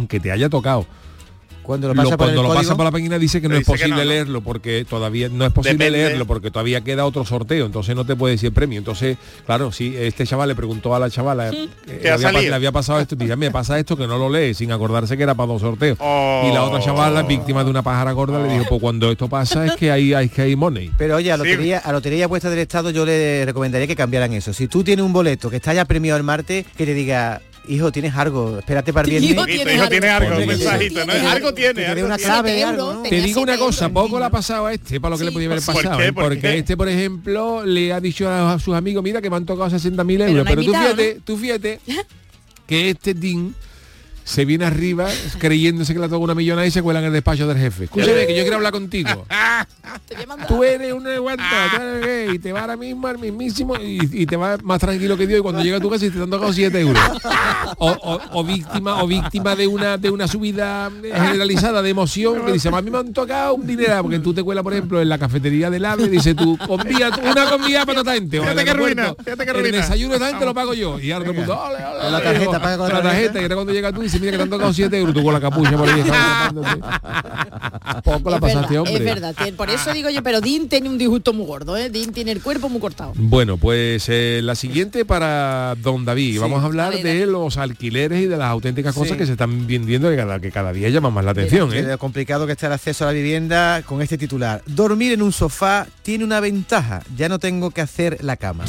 Cuando lo pasa por el cuando lo código, pasa por la página dice que no Te es dice que posible no, ¿no? leerlo porque todavía no es posible Depende. leerlo porque todavía queda otro sorteo, entonces no te puede decir premio. Entonces, claro, si este chaval le preguntó a la chavala ¿Qué ha salido? le había pasado esto, dice, me pasa esto que no lo lee sin acordarse que era para 2 sorteos. Oh. Y la otra chavala, víctima de una pájara gorda, le dijo, pues cuando esto pasa es que hay money. Pero oye, a Sí. lotería y apuestas del Estado yo le recomendaría que cambiaran eso. Si tú tienes un boleto que está ya premiado el martes, que te diga, hijo, tienes algo, espérate para el viernes. Hijo, Tu hijo tiene algo, un Porque- mensajito, ¿no? Algo tiene. Que te dé algo una tiene. clave de 7 algo, euros, ¿no? Te tenía digo una 7 cosa, euros. poco le ha pasado a este, para lo que le podía haber ¿por pasado, qué? ¿eh? ¿Por Porque qué? este, por ejemplo, le ha dicho a sus amigos, mira que me han tocado 60.000 euros, no ha pero invitado, tú fíjate que este Dean se viene arriba creyéndose que le toca una millonada y se cuela en el despacho del jefe. Escúchame, que yo quiero hablar contigo. Tú eres un aguanta, y te va ahora mismo al mismísimo y te va más tranquilo que Dios y cuando llega a tu casa y te han tocado 7 euros. O víctima de una subida generalizada de emoción que dice, a mí me han tocado un dinero, porque tú te cuelas, por ejemplo, en la cafetería del AVE y dice tú, una comida para toda gente. Fíjate que ruina, fíjate que El ruina. desayuno de esta gente lo pago yo. Y ahora todo el mundo, ole, ole, Con la tarjeta, paga con la tarjeta. Y ahora cuando llega tú dices, mira que te han tocado 7 euros, tú con la capucha por ahí. Poco la Es pasaste, verdad, hombre. es verdad, por eso digo yo, pero Dean tiene un disgusto muy gordo, ¿eh? Dean tiene el cuerpo muy cortado. Bueno, pues la siguiente para don David. Sí. Vamos a hablar A ver, de los alquileres y de las auténticas cosas Sí. que se están vendiendo que cada día llaman más la atención. De lo complicado que está el acceso a la vivienda con este titular. Dormir en un sofá tiene una ventaja. Ya no tengo que hacer la cama.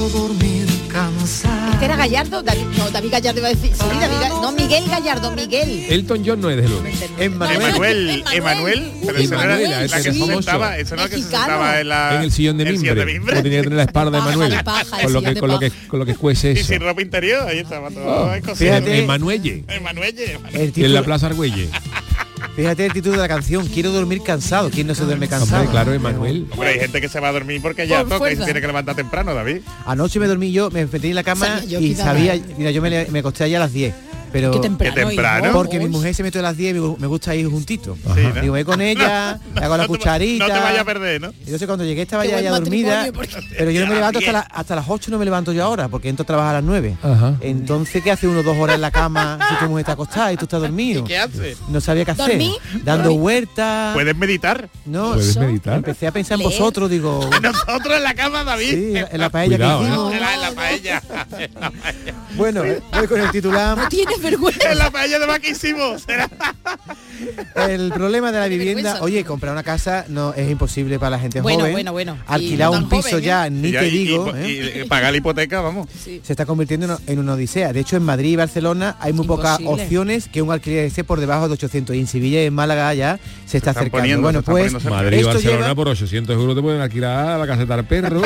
Este era Gallardo, David Gallardo iba a decir, sí, no, Miguel Gallardo, Miguel. Elton John no es de luego. Emanuel, pero ese no era Emanuel, la ese que que se es famoso. sentaba, ese no era el que se Mexicano. sentaba En el sillón de mimbre. Que tenía que tener la espalda de Paja Manuel. de paja, Con lo sillón que, de con lo que, paja. con lo que cuece Y eso. sin ropa interior, ahí estaba todo escocido. Fíjate. Emanuelle. Emanuel. El En la título, Plaza Argüelle. fíjate el título de la canción. Quiero dormir cansado. ¿Quién no se duerme cansado? Hombre, claro, Emanuel. Hombre, hay gente que se va a dormir porque ya Por toca y se fuerza. tiene que levantar temprano, David. Anoche me dormí yo, me metí en la cama Sabía yo y que iba a sabía, dar. mira, yo me acosté allá a las 10. Pero Qué temprano. Porque mi mujer se mete a las 10 y me gusta ir juntito. Sí, ¿no? Digo, voy con ella, le hago la cucharita. No te vayas a perder, ¿no? Entonces cuando llegué estaba ya dormida, pero yo no me levanto hasta las 8 no me levanto yo ahora, porque entro a trabajar a las 9. Ajá. Entonces, ¿qué hace uno 2 horas en la cama si tu mujer está acostada y tú estás dormido? ¿Y qué hace? No sabía qué hacer. ¿Dormí? Dando vueltas. ¿Puedes meditar? No, ¿Puedes meditar? empecé a pensar en Leer. vosotros, digo... Nosotros en la cama, David. Sí, en la paella Cuidado, que hicimos. En la paella. Bueno, voy con el titular. No tienes vergüenza. En la paella de más que hicimos. El problema de la vivienda, vergüenza. oye, comprar una casa no es imposible para la gente Bueno, joven. bueno. Alquilar Y no un tan piso joven, ya, ni te digo. Y pagar la hipoteca, vamos. Sí. Se está convirtiendo en una odisea. De hecho, en Madrid y Barcelona hay muy pocas Imposible. opciones que un alquiler esté por debajo de 800. Y en Sevilla y en Málaga ya se está están acercando. poniendo, Bueno, se están pues poniendo Madrid y esto Barcelona lleva... por 800 euros te pueden alquilar la caseta del perro.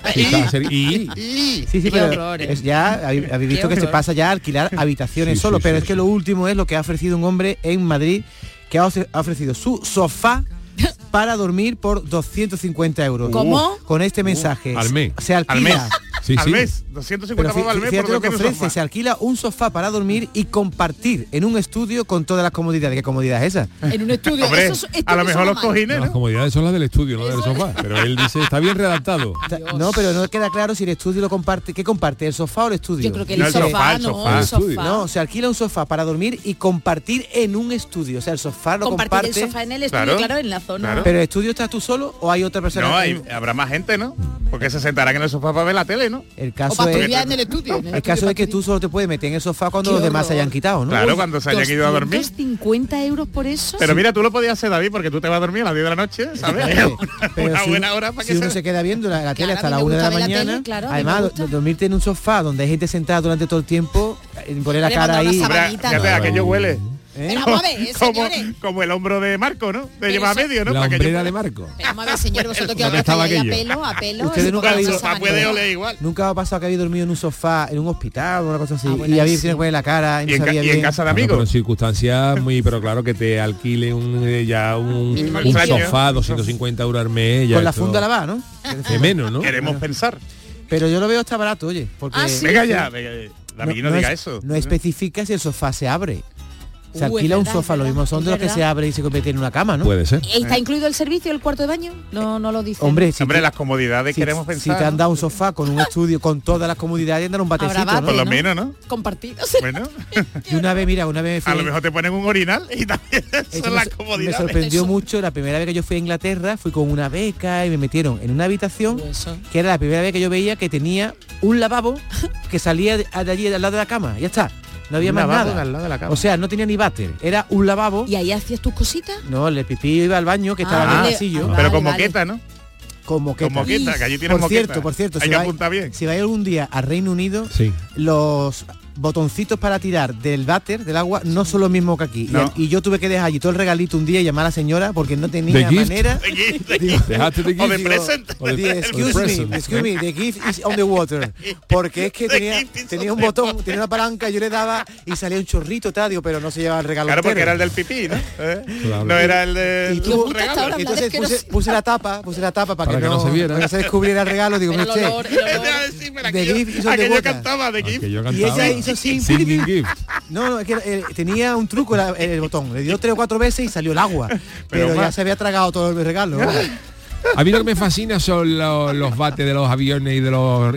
Sí, Qué pero horror, ¿eh? ya habéis visto que se horror. pasa ya a alquilar habitaciones Sí, solo, sí, pero sí, es que sí. lo último es lo que ha ofrecido un hombre en Madrid, que ha ofrecido su sofá para dormir por 250 euros. ¿Cómo? Con este mensaje. Al mes. Se alquila. Al mes. Sí, al sí. mes. 250 Pero pavos al mes fíjate por lo que dormir en un ofrece, sofá. se alquila un sofá para dormir y compartir en un estudio con todas las comodidades. ¿Qué comodidad es esa? En un estudio. Hombre, Esos a lo estudios mejor son los malos. cojines, Las ¿no? comodidades son las del estudio, no del sofá. Pero él dice, está bien redactado. No, pero no queda claro si el estudio lo comparte. ¿Qué comparte? ¿El sofá o el estudio? Yo creo que No, el el sofá, sofá, el no, sofá. el sofá. No, se alquila un sofá para dormir y compartir en un estudio. O sea, el sofá lo Compartir comparte. el sofá en el estudio, claro, en la zona. claro. Pero el estudio estás tú solo o hay otra persona. No, habrá más gente, ¿no? Porque se sentarán en el sofá para ver la tele, ¿no? El O caso para es, estudiar en el estudio. el caso es que tú solo te puedes meter en el sofá cuando Qué los demás se horror. hayan quitado, ¿no? Claro, cuando se hayan ido a dormir. 250 euros por eso. Pero mira, tú lo podías hacer, David, porque tú te vas a dormir a las 10 de la noche, ¿sabes? Pero Una si buena uno- hora para si que uno se queda viendo la tele Claro, hasta a mí la me 1 de la gusta ver la mañana, tele, claro, a mí me además gusta. dormirte en un sofá donde hay gente sentada durante todo el tiempo, poner la Le cara manda una ahí. sábana. Hombre, fíjate, aquello huele. ¿eh? Pero vamos a ver, como, señores. como el hombro de Marco, ¿no? De Pero llevar eso- medio, ¿no? La Para que yo- hombrera de Marco. Pero vamos a ver, señor, vosotros que ¿Dónde ahora estaba estáis ahí a aquello? pelo, a pelo. Ustedes se nunca ponen han esa ido- sábana. puede oler igual. Nunca ha pasado que habéis dormido en un sofá, en un hospital o una cosa así, Ah, bueno, y habéis sí. tenido que poner la cara y no Y sabía en bien. casa de Bueno, pero en amigos. circunstancias muy, pero claro que te alquile un extraño. sofá, 250 euros al mes. Ya Con la esto- funda lavada, ¿no? De menos, ¿no? Queremos pensar. Pero yo lo veo hasta barato, oye, porque Ah, sí. Venga ya, David, no diga eso. No especifica si el sofá se abre. Se Es alquila un verdad, sofá, lo es mismo son verdad, de los que es se abre y se convierte en una cama, ¿no? Puede ser. ¿Está incluido el servicio del cuarto de baño? No, no lo dice. Hombre, si Hombre, te- las comodidades si- queremos si pensar. te han ¿no? dado un sofá con un estudio con todas las comodidades, dan un batecito, Habrá ¿no? Por lo ¿no? menos, ¿no? Compartidos. Bueno, Y una vez, mira, una vez a fui- lo mejor te ponen un orinal y también eso son me, las me comodidades. sorprendió Eso. mucho la primera vez que yo fui a Inglaterra, fui con una beca y me metieron en una habitación Eso. que era la primera vez que yo veía que tenía un lavabo que salía de allí al lado de la cama, ya está, no había Un más lavabo nada. al lado de la cama. O sea, no tenía ni váter, era un lavabo. ¿Y ahí hacías tus cositas? No, el pipí iba al baño que estaba en vale. el pasillo. Ah, Pero vale, con vale. moqueta, ¿no? Con moqueta. Con moqueta, que allí tienes Por moqueta. cierto, Hay que apuntar bien. si vais algún día a Reino Unido, Sí. los botoncitos para tirar del váter, del agua, no son los mismos que aquí. No. Y yo tuve que dejar allí todo el regalito un día y llamar a la señora porque no tenía ¿De gift? manera. Dejaste de O de gift. present. O de- Sí, o de excuse present. me, the gift is on the water. Porque es que The tenía, gift is tenía on un the botón, tenía una palanca, yo le daba y salía un chorrito, tal, digo, pero no se llevaba el regalo Claro, porque entero. era el del pipí, ¿no? Claro. No era el de Y tú- regalo. ahora Entonces hablar de puse la tapa para que no se viera. para que no se descubriera el regalo, digo, Pero mira el usted, olor, el olor. The gift is on the Aquello water. cantaba de gift. Que yo Y cantaba. ella hizo así, Singing gift. No, es que tenía un truco el botón. Le dio 3 o 4 veces y salió el agua. Pero ya más. se había tragado todo el regalo. A mí lo que me fascina son los bates de los aviones y de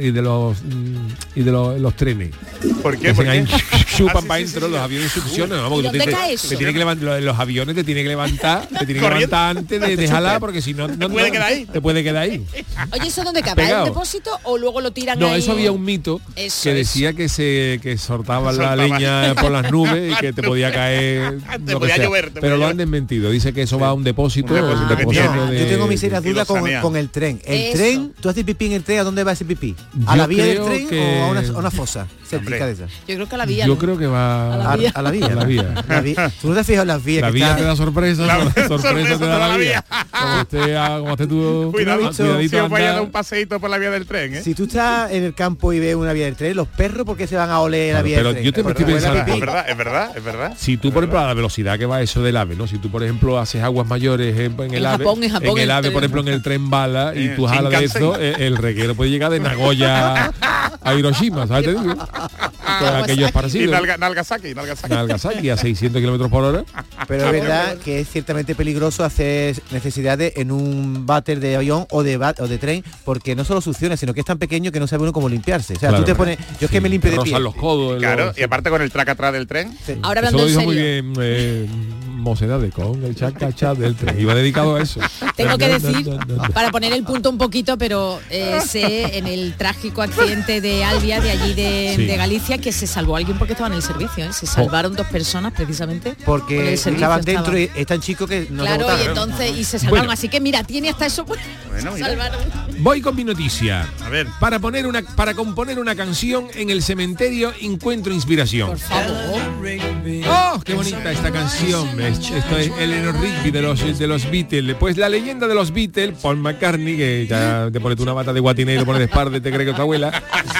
los trenes. ¿Por Que qué? ¿Por hacen qué? ahí, chupan Ah, sí, para sí, adentro, sí. los aviones succionan. Vamos, ¿Y que tú dónde te- cae eso? te tiene que levantar, los aviones te tiene que levantar, te tiene que Corriendo. levantar antes de jalar porque si no, no puede quedar ahí. Te puede quedar ahí. Oye, ¿eso dónde cabe? ¿En Pegado. un depósito o luego lo tiran No, ahí? eso había un mito Eso que es. decía que soltaban la Soltaba. leña por las nubes y que te podía caer Te lo que podía sea. llover, te Pero podía lo han desmentido. Dice que eso va a un depósito, Un depósito un que depósito tiene. de- Yo tengo mis serias y lo dudas sanean. con el tren. El Eso. tren, ¿tú haces pipí en el tren? ¿A dónde va ese pipí? ¿A Yo la vía del creo tren que- o a una fosa séptica Hombre. de esas? Yo creo que a la vía. Yo ¿no? creo que va A la vía. A la vía. A la vía. ¿Tú no te has fijado en las vías? La que vía están- te da sorpresa, la sorpresa sorpresa te da la vía. Como esté tú, Cuidado, cuidadito si os vaya a anda. dar un paseíto por la vía del tren, ¿eh? Si tú estás en el campo y ves una vía del tren, los perros, ¿por qué se van a oler la Claro, vía pero del tren? yo te Porque estoy huele a pensando- pipí. Es verdad, es verdad, es verdad. Si tú, por ejemplo, a la velocidad que va eso del AVE, ¿no? Si tú, por ejemplo, haces aguas mayores en el En AVE, Japón, en Japón, el el AVE, por tren. ejemplo, en el tren bala y tú jalas de Shinkansen. esto, el reguero puede llegar de Nagoya a Hiroshima, ¿sabes? Te digo. aquellos parecidos. Y Nagasaki a 600 kilómetros por hora. Pero es verdad que es ciertamente peligroso hacer necesidades en un váter de avión o de tren, porque no solo succiona, sino que es tan pequeño que no sabe uno cómo limpiarse. O sea, tú te pones, yo es que me limpio de pie. Los codos. Claro, y aparte con el track atrás del tren. Sí. Ahora hablando en serio. Muy bien, Mocedades con el chaca del tren. Iba dedicado a eso. Tengo que decir, para poner el punto un poquito, pero sé en el trágico accidente de Albia, de allí de Galicia, que se salvó alguien porque estaba en el servicio. Se salvaron 2 personas precisamente. Porque estaban dentro y es tan chico que no. Claro, y entonces, y se salvaron. Así que mira, tiene hasta eso. Salvaron. Voy con mi noticia. A ver. Para componer una canción en el cementerio encuentro inspiración. Por favor. ¡Oh, qué bonita esta canción! Esto es Eleanor Rigby de los Beatles. Pues la leyenda de los Beatles, Paul McCartney, que ya te pones una bata de guatinero, te pones de espalda y te cree que es tu abuela.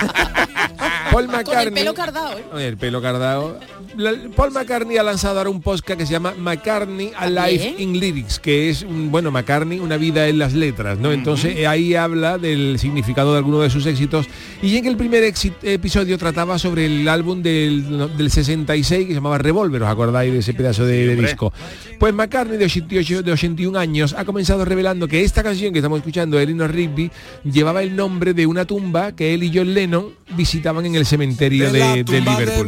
Paul McCartney. Con el pelo cardado, El pelo cardado. Paul McCartney ha lanzado ahora un podcast que se llama McCartney Alive in Lyrics, que es McCartney, una vida en las letras, ¿no? Entonces ahí habla del significado de alguno de sus éxitos, y en el primer episodio trataba sobre el álbum del 66 que se llamaba Revolver. ¿Os acordáis de ese pedazo de disco? Pues McCartney, de 81 años, ha comenzado revelando que esta canción que estamos escuchando, Eleanor Rigby, llevaba el nombre de una tumba que él y John Lennon visitaban en el cementerio de Liverpool.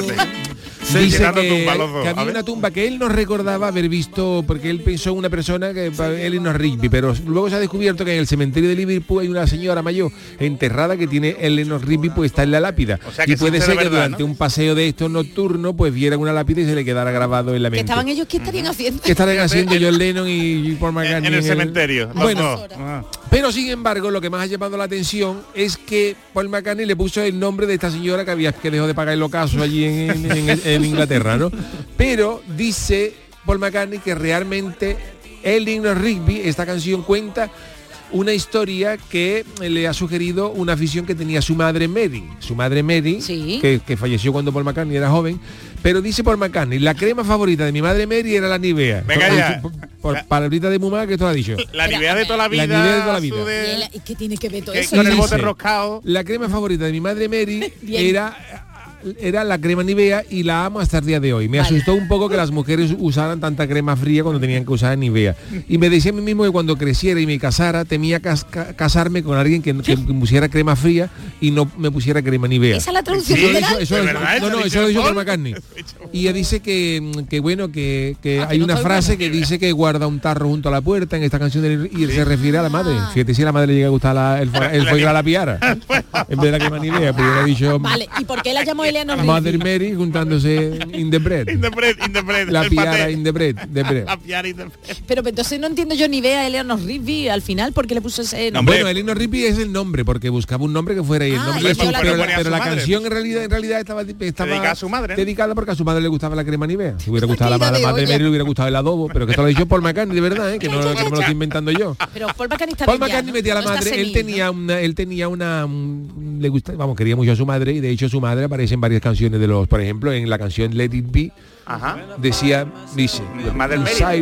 Dice que había una tumba que él no recordaba haber visto, porque él pensó en una persona que Eleanor Rigby, pero luego se ha descubierto que en el cementerio de Liverpool hay una señora mayor enterrada que tiene Eleanor Rigby puesta en la lápida. O sea, y puede ser que durante un paseo de estos nocturno pues vieran una lápida y se le quedara grabado en la mente. ¿Qué estaban ellos? ¿Qué estarían haciendo? ¿Qué estarían haciendo John Lennon y Paul McCartney? En el cementerio. Bueno, pero sin embargo lo que más ha llamado la atención es que Paul McCartney le puso el nombre de esta señora que dejó de pagar el ocaso allí en Inglaterra, ¿no? Pero dice Paul McCartney que realmente Eleanor Rigby, esta canción cuenta una historia que le ha sugerido una afición que tenía su madre Mary. Su madre Mary, ¿sí? que falleció cuando Paul McCartney era joven. Pero dice Paul McCartney, la crema favorita de mi madre Mary era la Nivea. Venga ya. Por palabrita de Mumá, que esto lo ha dicho. La Nivea de toda la vida. La Nivea de toda la vida. ¿Y qué tiene que ver todo eso? Con el bote roscado. La crema favorita de mi madre Mary era la crema Nivea y la amo hasta el día de hoy. Me asustó un poco que las mujeres usaran tanta crema fría cuando tenían que usar Nivea. Y me decía a mí mismo que cuando creciera y me casara, temía casarme con alguien que pusiera crema fría y no me pusiera crema Nivea. ¿Esa es la traducción literal? Eso lo dijo Paul McCartney. Y ella dice que hay una frase que dice que guarda un tarro junto a la puerta en esta canción y él se refiere a la madre. Fíjate si a la madre le llega a gustar el foie gras a la piara en vez de la crema Nivea, pues hubiera dicho... Vale, ¿y por qué la llamó Eleanor Rigby? Mother Mary juntándose in the bread. La piara in the bread. La piara in the bread. Pero entonces no entiendo yo ni vea a Eleanor Rigby al final porque le puso ese nombre. Bueno, Eleanor Rigby es el nombre porque buscaba un nombre que fuera ahí el nombre pero la canción en realidad estaba dedicada a su madre, ¿no? Dedicada porque a su madre le gustaba la crema Nivea. Si hubiera gustado la Mother Mary le hubiera gustado el adobo, pero que esto lo ha dicho Paul McCartney de verdad, que no me lo estoy inventando yo. Pero Paul McCartney metía a la madre, él tenía una le gustaba, vamos, quería mucho a su madre y de hecho su madre aparece en varias canciones de los, por ejemplo, en la canción Let It Be. Ajá. dice Mother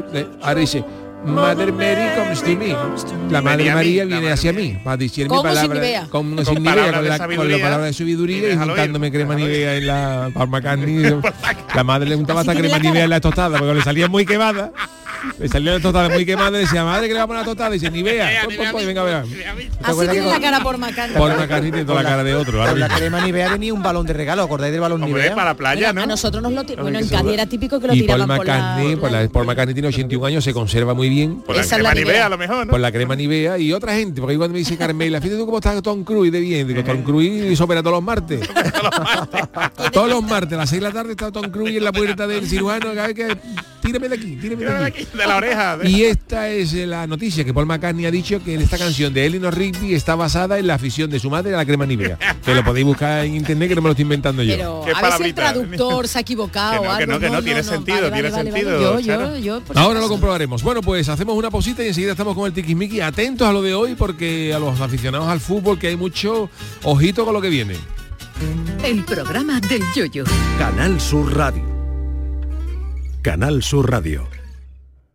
Mary comes to me. La Madre María viene hacia mí para decir mi palabra con la palabra de sabiduría y juntándome crema Nivea en la Paul McCartney. La madre le untaba hasta crema Nivea en la tostada porque le salía muy quemada. Le salió la tostada muy quemada y decía, madre, que le va a poner la tostada, y dice, Nivea, venga, vea. Así tiene la cara por McCartney. Por McCartney tiene toda la cara de otro. Con la crema Nivea venía un balón de regalo, ¿acordáis del balón Nivea? Para la playa, ¿no? A nosotros nos lo bueno, en Cádiz era típico que lo tiraban por la... Paul McCartney tiene 81 años, se conserva muy bien. Por la crema Nivea, a lo mejor, ¿no? Por la crema Nivea y otra gente, porque cuando me dice Carmela, fíjate tú cómo estás Tom Cruise de bien. Digo, Tom Cruise opera todos los martes. Todos los martes, a las 6 de la tarde está Tom Cruise en la puerta del cirujano, que tírame de aquí. De la oreja. Y esta es la noticia, que Paul McCartney ha dicho que esta canción de Eleanor Rigby está basada en la afición de su madre a la crema Nivea. Que lo podéis buscar en internet, que no me lo estoy inventando yo. Pero a ver si el traductor se ha equivocado. Que no, tiene sentido, tiene sentido. Yo, ahora lo comprobaremos. Bueno, pues hacemos una pausita y enseguida estamos con el tiquismiqui. Atentos a lo de hoy, porque a los aficionados al fútbol, que hay mucho ojito con lo que viene. El programa del Yoyo. Canal Sur Radio. Canal Sur Radio.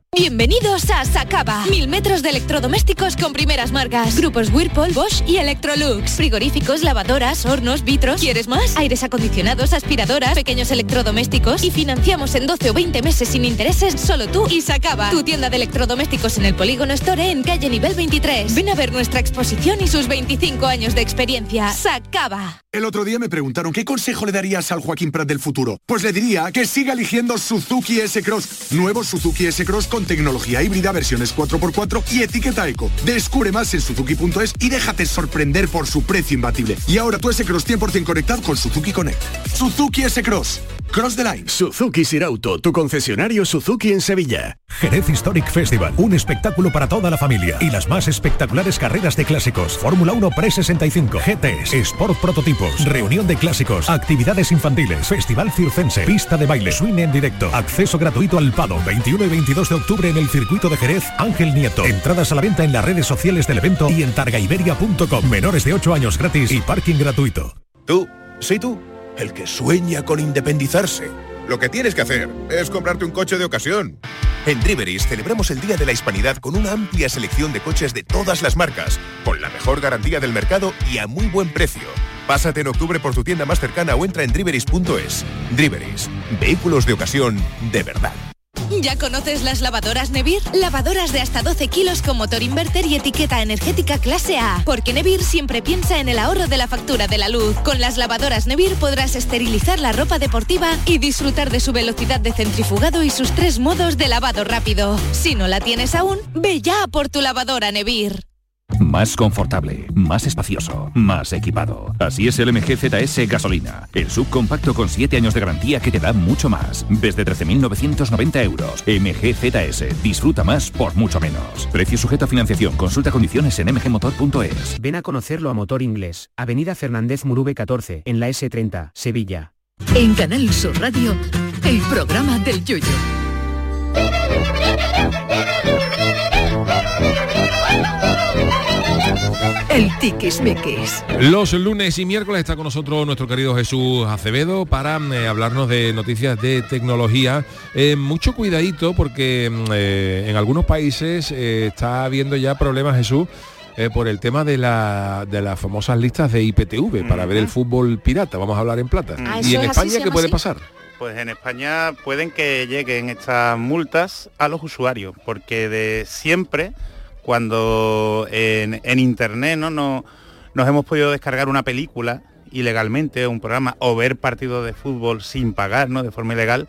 Bienvenidos a Sacaba. 1000 metros de electrodomésticos con primeras marcas. Grupos Whirlpool, Bosch y Electrolux. Frigoríficos, lavadoras, hornos, vitros. ¿Quieres más? Aires acondicionados, aspiradoras, pequeños electrodomésticos. Y financiamos en 12 o 20 meses sin intereses, solo tú y Sacaba. Tu tienda de electrodomésticos en el Polígono Store en calle nivel 23. Ven a ver nuestra exposición y sus 25 años de experiencia. Sacaba. El otro día me preguntaron ¿qué consejo le darías al Joaquín Prat del futuro? Pues le diría que siga eligiendo Suzuki S-Cross. Nuevo Suzuki S-Cross con tecnología híbrida, versiones 4x4 y etiqueta eco. Descubre más en suzuki.es y déjate sorprender por su precio imbatible. Y ahora tu S-Cross 100% conectado con Suzuki Connect. Suzuki S-Cross. Cross the line. Suzuki Sirauto, tu concesionario Suzuki en Sevilla. Jerez Historic Festival, un espectáculo para toda la familia y las más espectaculares carreras de clásicos. Fórmula 1 Pre-65, GTs, Sport Prototipos, reunión de clásicos, actividades infantiles, festival circense, pista de baile, swing en directo, acceso gratuito al Pado, 21 y 22 de octubre en el circuito de Jerez, Ángel Nieto. Entradas a la venta en las redes sociales del evento y en targaiberia.com. Menores de 8 años gratis y parking gratuito. Tú, sí tú, el que sueña con independizarse. Lo que tienes que hacer es comprarte un coche de ocasión. En Driveris celebramos el Día de la Hispanidad con una amplia selección de coches de todas las marcas, con la mejor garantía del mercado y a muy buen precio. Pásate en octubre por tu tienda más cercana o entra en driveris.es. Driveris, vehículos de ocasión de verdad. ¿Ya conoces las lavadoras Nevir? Lavadoras de hasta 12 kilos con motor inverter y etiqueta energética clase A. Porque Nevir siempre piensa en el ahorro de la factura de la luz. Con las lavadoras Nevir podrás esterilizar la ropa deportiva y disfrutar de su velocidad de centrifugado y sus 3 modos de lavado rápido. Si no la tienes aún, ve ya por tu lavadora Nevir. Más confortable, más espacioso, más equipado. Así es el MG ZS Gasolina. El subcompacto con 7 años de garantía que te da mucho más. Desde 13.990 euros. MG ZS. Disfruta más por mucho menos. Precio sujeto a financiación. Consulta condiciones en mgmotor.es. Ven a conocerlo a Motor Inglés. Avenida Fernández Murube 14, en la S30, Sevilla. En Canal Sur Radio, el programa del Yoyo. El tiquismiquis. Los lunes y miércoles está con nosotros nuestro querido Jesús Acevedo para hablarnos de noticias de tecnología. Mucho cuidadito porque en algunos países está habiendo ya problemas, Jesús, por el tema de las famosas listas de IPTV para ver el fútbol pirata. Vamos a hablar en plata. ¿Y en España qué puede pasar? Pues en España pueden que lleguen estas multas a los usuarios, porque de siempre, cuando en internet nos hemos podido descargar una película ilegalmente, un programa, o ver partidos de fútbol sin pagar, ¿no?, de forma ilegal,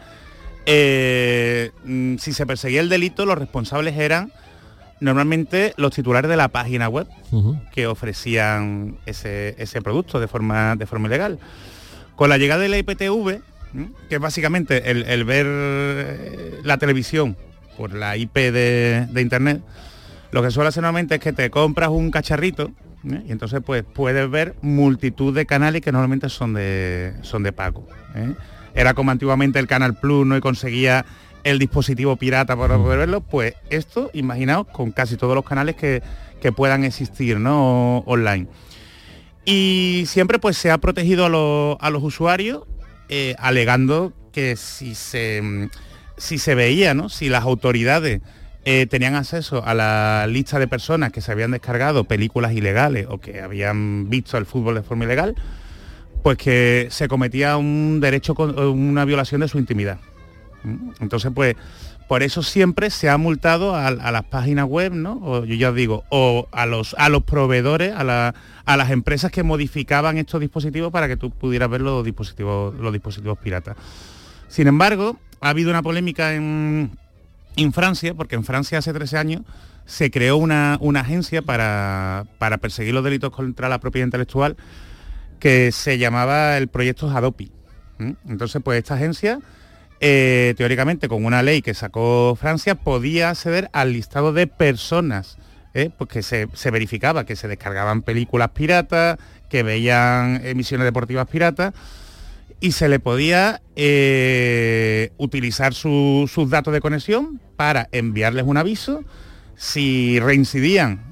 si se perseguía el delito, los responsables eran normalmente los titulares de la página web que ofrecían ese producto de forma ilegal. Con la llegada de la IPTV, que es básicamente el ver la televisión por la IP de internet, lo que suele hacer normalmente es que te compras un cacharrito, y entonces pues puedes ver multitud de canales que normalmente son de pago. Era como antiguamente el Canal Plus, ¿no?, y conseguía el dispositivo pirata para poder verlo. Pues esto, imaginaos, con casi todos los canales que puedan existir, ¿no?, online. Y siempre pues se ha protegido a los usuarios, alegando que si se veía, ¿no?, si las autoridades tenían acceso a la lista de personas que se habían descargado películas ilegales o que habían visto el fútbol de forma ilegal, pues que se cometía una violación de su intimidad. Entonces, pues, por eso siempre se ha multado a las páginas web, ¿no?, o yo ya os digo, o a los proveedores, a las empresas que modificaban estos dispositivos para que tú pudieras ver los dispositivos piratas. Sin embargo, ha habido una polémica en Francia, porque en Francia hace 13 años se creó una agencia para perseguir los delitos contra la propiedad intelectual que se llamaba el proyecto Hadopi. Entonces, pues esta agencia, teóricamente, con una ley que sacó Francia, podía acceder al listado de personas, porque se verificaba que se descargaban películas piratas, que veían emisiones deportivas piratas, y se le podía utilizar sus datos de conexión para enviarles un aviso. Si reincidían,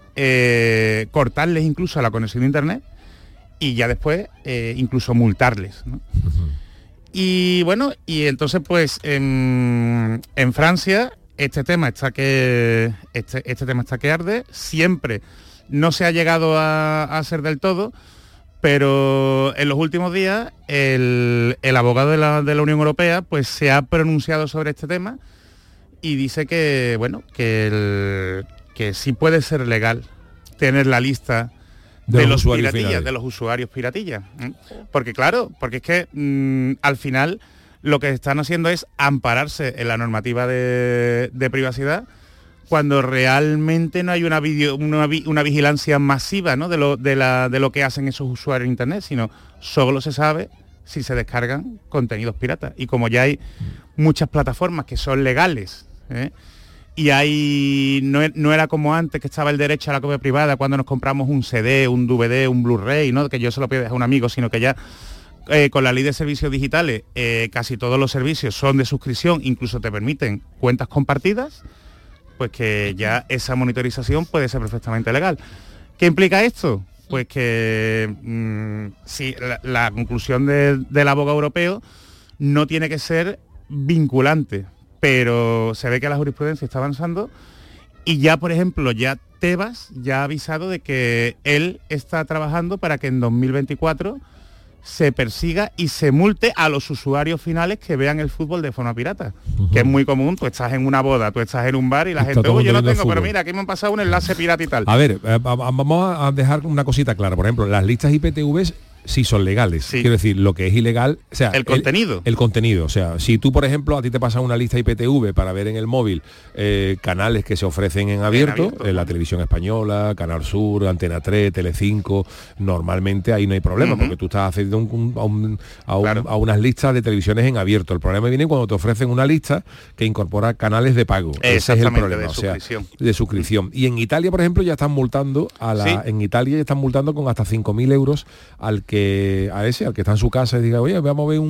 cortarles incluso la conexión de internet y ya después incluso multarles, ¿no? Y bueno, y entonces pues en Francia este tema está que arde, siempre no se ha llegado a hacer del todo, pero en los últimos días el abogado de la Unión Europea pues se ha pronunciado sobre este tema y dice que bueno que sí puede ser legal tener la lista de los piratillas, de los usuarios piratillas. Porque claro, porque es que al final lo que están haciendo es ampararse en la normativa de privacidad cuando realmente no hay una vigilancia masiva, ¿no?, de lo que hacen esos usuarios en Internet, sino solo se sabe si se descargan contenidos piratas. Y como ya hay muchas plataformas que son legales, y no era como antes, que estaba el derecho a la copia privada cuando nos compramos un CD, un DVD, un Blu-ray, ¿no?, que yo se lo pido a un amigo, sino que ya con la ley de servicios digitales casi todos los servicios son de suscripción, incluso te permiten cuentas compartidas, pues que ya esa monitorización puede ser perfectamente legal. ¿Qué implica esto? Pues que sí, la conclusión del abogado europeo no tiene que ser vinculante, pero se ve que la jurisprudencia está avanzando y ya, por ejemplo, ya Tebas ya ha avisado de que él está trabajando para que en 2024 se persiga y se multe a los usuarios finales que vean el fútbol de forma pirata, que es muy común. Tú estás en una boda, tú estás en un bar y la gente, yo no tengo, pero mira, aquí me han pasado un enlace pirata y tal. A ver, vamos a dejar una cosita clara. Por ejemplo, las listas IPTVs sí son legales. Sí. Quiero decir, lo que es ilegal, o sea, el contenido. El contenido, o sea, si tú, por ejemplo, a ti te pasan una lista IPTV para ver en el móvil canales que se ofrecen en abierto, en la televisión española, Canal Sur, Antena 3, Telecinco, normalmente ahí no hay problema, porque tú estás accediendo a unas listas de televisiones en abierto. El problema viene cuando te ofrecen una lista que incorpora canales de pago. Ese es el problema, de suscripción. Y en Italia, por ejemplo, ya están multando en Italia ya están multando con hasta 5.000 euros al que está en su casa y diga, oye, vamos a ver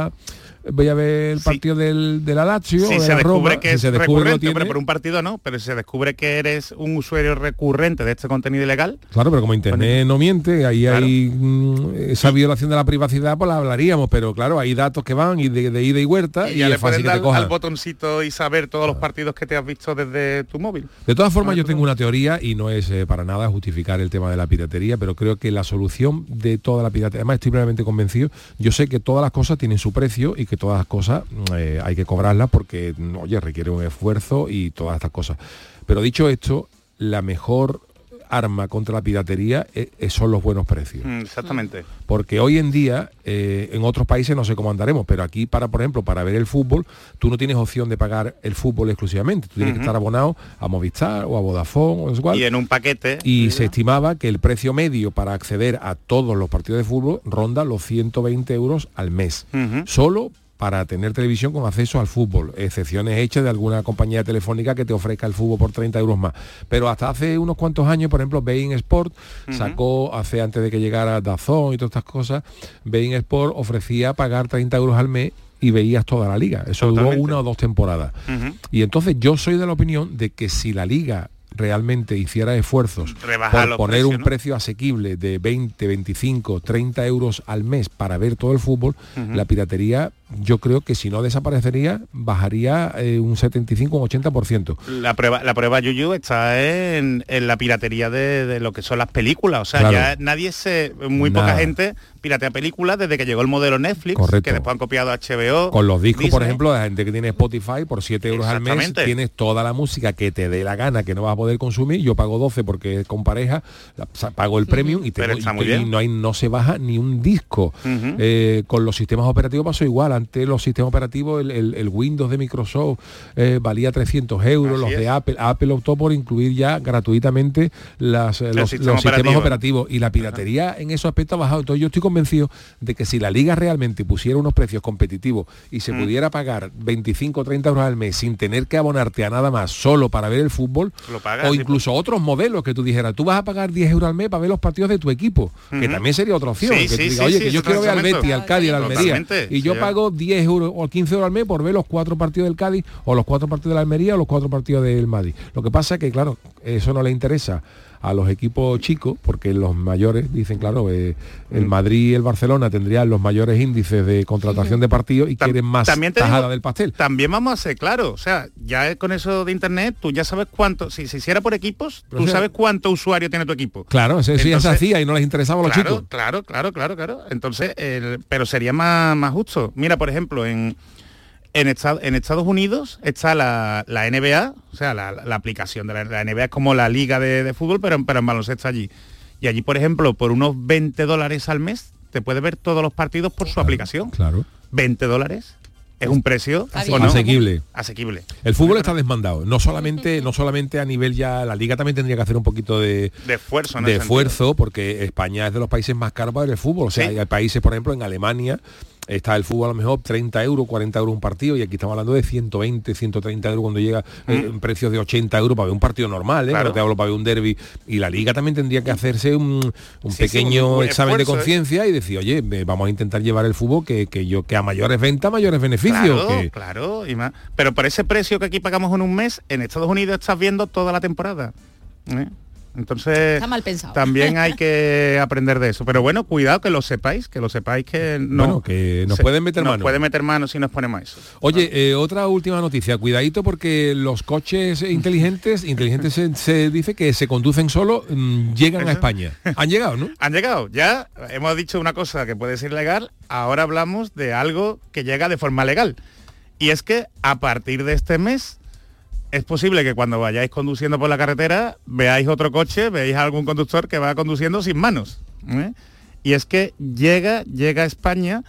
voy a ver el partido del Lazio, si de se la descubre Roma, que es recurrente, pero un partido no, pero si se descubre que eres un usuario recurrente de este contenido ilegal. Claro, pero como Internet no miente, ahí hay esa violación de la privacidad, pues la hablaríamos, pero claro, hay datos que van y de ida y vuelta y ya es le fácil pueden que te dar cojan al botoncito y saber todos los partidos que te has visto desde tu móvil. De todas formas, yo tengo una teoría y no es para nada justificar el tema de la piratería, pero creo que la solución de toda la piratería, además estoy plenamente convencido, yo sé que todas las cosas tienen su precio y que todas las cosas hay que cobrarlas porque, oye, requiere un esfuerzo y todas estas cosas. Pero dicho esto, la mejor arma contra la piratería son los buenos precios. Exactamente. Porque hoy en día, en otros países no sé cómo andaremos, pero aquí, por ejemplo, para ver el fútbol, tú no tienes opción de pagar el fútbol exclusivamente. Tú tienes que estar abonado a Movistar o a Vodafone o no sé cuál. Y en un paquete. Y se estimaba que el precio medio para acceder a todos los partidos de fútbol ronda los 120 euros al mes. Solo para tener televisión con acceso al fútbol, excepciones hechas de alguna compañía telefónica que te ofrezca el fútbol por 30 euros más. Pero hasta hace unos cuantos años, por ejemplo, Bein Sport sacó, antes de que llegara DAZN y todas estas cosas, Bein Sport ofrecía pagar 30 euros al mes y veías toda la liga. Eso duró 1 o 2 temporadas. Y entonces yo soy de la opinión de que si la liga realmente hiciera esfuerzos por poner un precio asequible de 20, 25, 30 euros al mes para ver todo el fútbol, la piratería, yo creo que si no desaparecería, bajaría un 75 o un 80%. La prueba Yuyu está en la piratería de lo que son las películas. O sea, ya poca gente piratea películas desde que llegó el modelo Netflix. Correcto. Que después han copiado HBO. Con los discos, Disney. Por ejemplo, la gente que tiene Spotify, por 7 euros al mes, tienes toda la música que te dé la gana, que no vas a poder consumir. Yo pago 12 porque con pareja, pago el premium y no se baja ni un disco. Con los sistemas operativos pasó igual. Antes los sistemas operativos, el Windows de Microsoft valía 300 euros, los de Apple optó por incluir ya gratuitamente los sistemas operativos, y la piratería en esos aspectos ha bajado. Entonces yo estoy convencido de que si la liga realmente pusiera unos precios competitivos y se pudiera pagar 25 o 30 euros al mes sin tener que abonarte a nada más solo para ver el fútbol, o incluso otros modelos que tú dijeras, tú vas a pagar 10 euros al mes para ver los partidos de tu equipo, que también sería otra opción, que tú digas, oye, que yo quiero ver al Betis, al Cádiz, al Almería, y yo pago 10 euros o 15 euros al mes por ver los 4 partidos del Cádiz o los 4 partidos de la Almería o los 4 partidos del Madrid. Lo que pasa es que, claro, eso no le interesa a los equipos chicos, porque los mayores, dicen, claro, el Madrid y el Barcelona tendrían los mayores índices de contratación de partidos y quieren más tajada del pastel. También vamos a ser claros, o sea, ya con eso de internet, tú ya sabes cuánto, si se hiciera por equipos, tú sabes cuánto usuario tiene tu equipo. Claro, eso ya se hacía y no les interesaba a los chicos. Claro. Entonces, pero sería más justo. Mira, por ejemplo, en Estados Unidos está la NBA, o sea, la aplicación de la NBA es como la liga de fútbol, pero en baloncesto allí. Y allí, por ejemplo, por unos $20 al mes, te puedes ver todos los partidos por su aplicación. Claro. $20 es un precio asequible. El fútbol Bueno, está desmandado. No solamente a nivel ya, la liga también tendría que hacer un poquito de esfuerzo, de esfuerzo, porque España es de los países más caros para ver el fútbol. O sea, hay países, por ejemplo, en Alemania está el fútbol a lo mejor 30 euros, 40 euros un partido, y aquí estamos hablando de 120, 130 euros cuando llega en precios de 80 euros para ver un partido normal, ¿eh? Claro. No te hablo para ver un derbi. Y la liga también tendría que hacerse un pequeño examen de conciencia y decir, oye, vamos a intentar llevar el fútbol que a mayores ventas, mayores beneficios. Claro, y más. Pero por ese precio que aquí pagamos en un mes, en Estados Unidos estás viendo toda la temporada. Entonces está mal pensado. También hay que aprender de eso. Pero bueno, cuidado, que lo sepáis que no. Bueno, que nos pueden meter mano. Nos pueden meter mano si nos ponemos eso. Oye, otra última noticia, cuidadito, porque los coches inteligentes se dice que se conducen solo, llegan a España. Han llegado, ¿no? Han llegado. Ya hemos dicho una cosa que puede ser ilegal, ahora hablamos de algo que llega de forma legal. Y es que a partir de este mes es posible que cuando vayáis conduciendo por la carretera veáis otro coche, veáis a algún conductor que va conduciendo sin manos. Y es que llega a España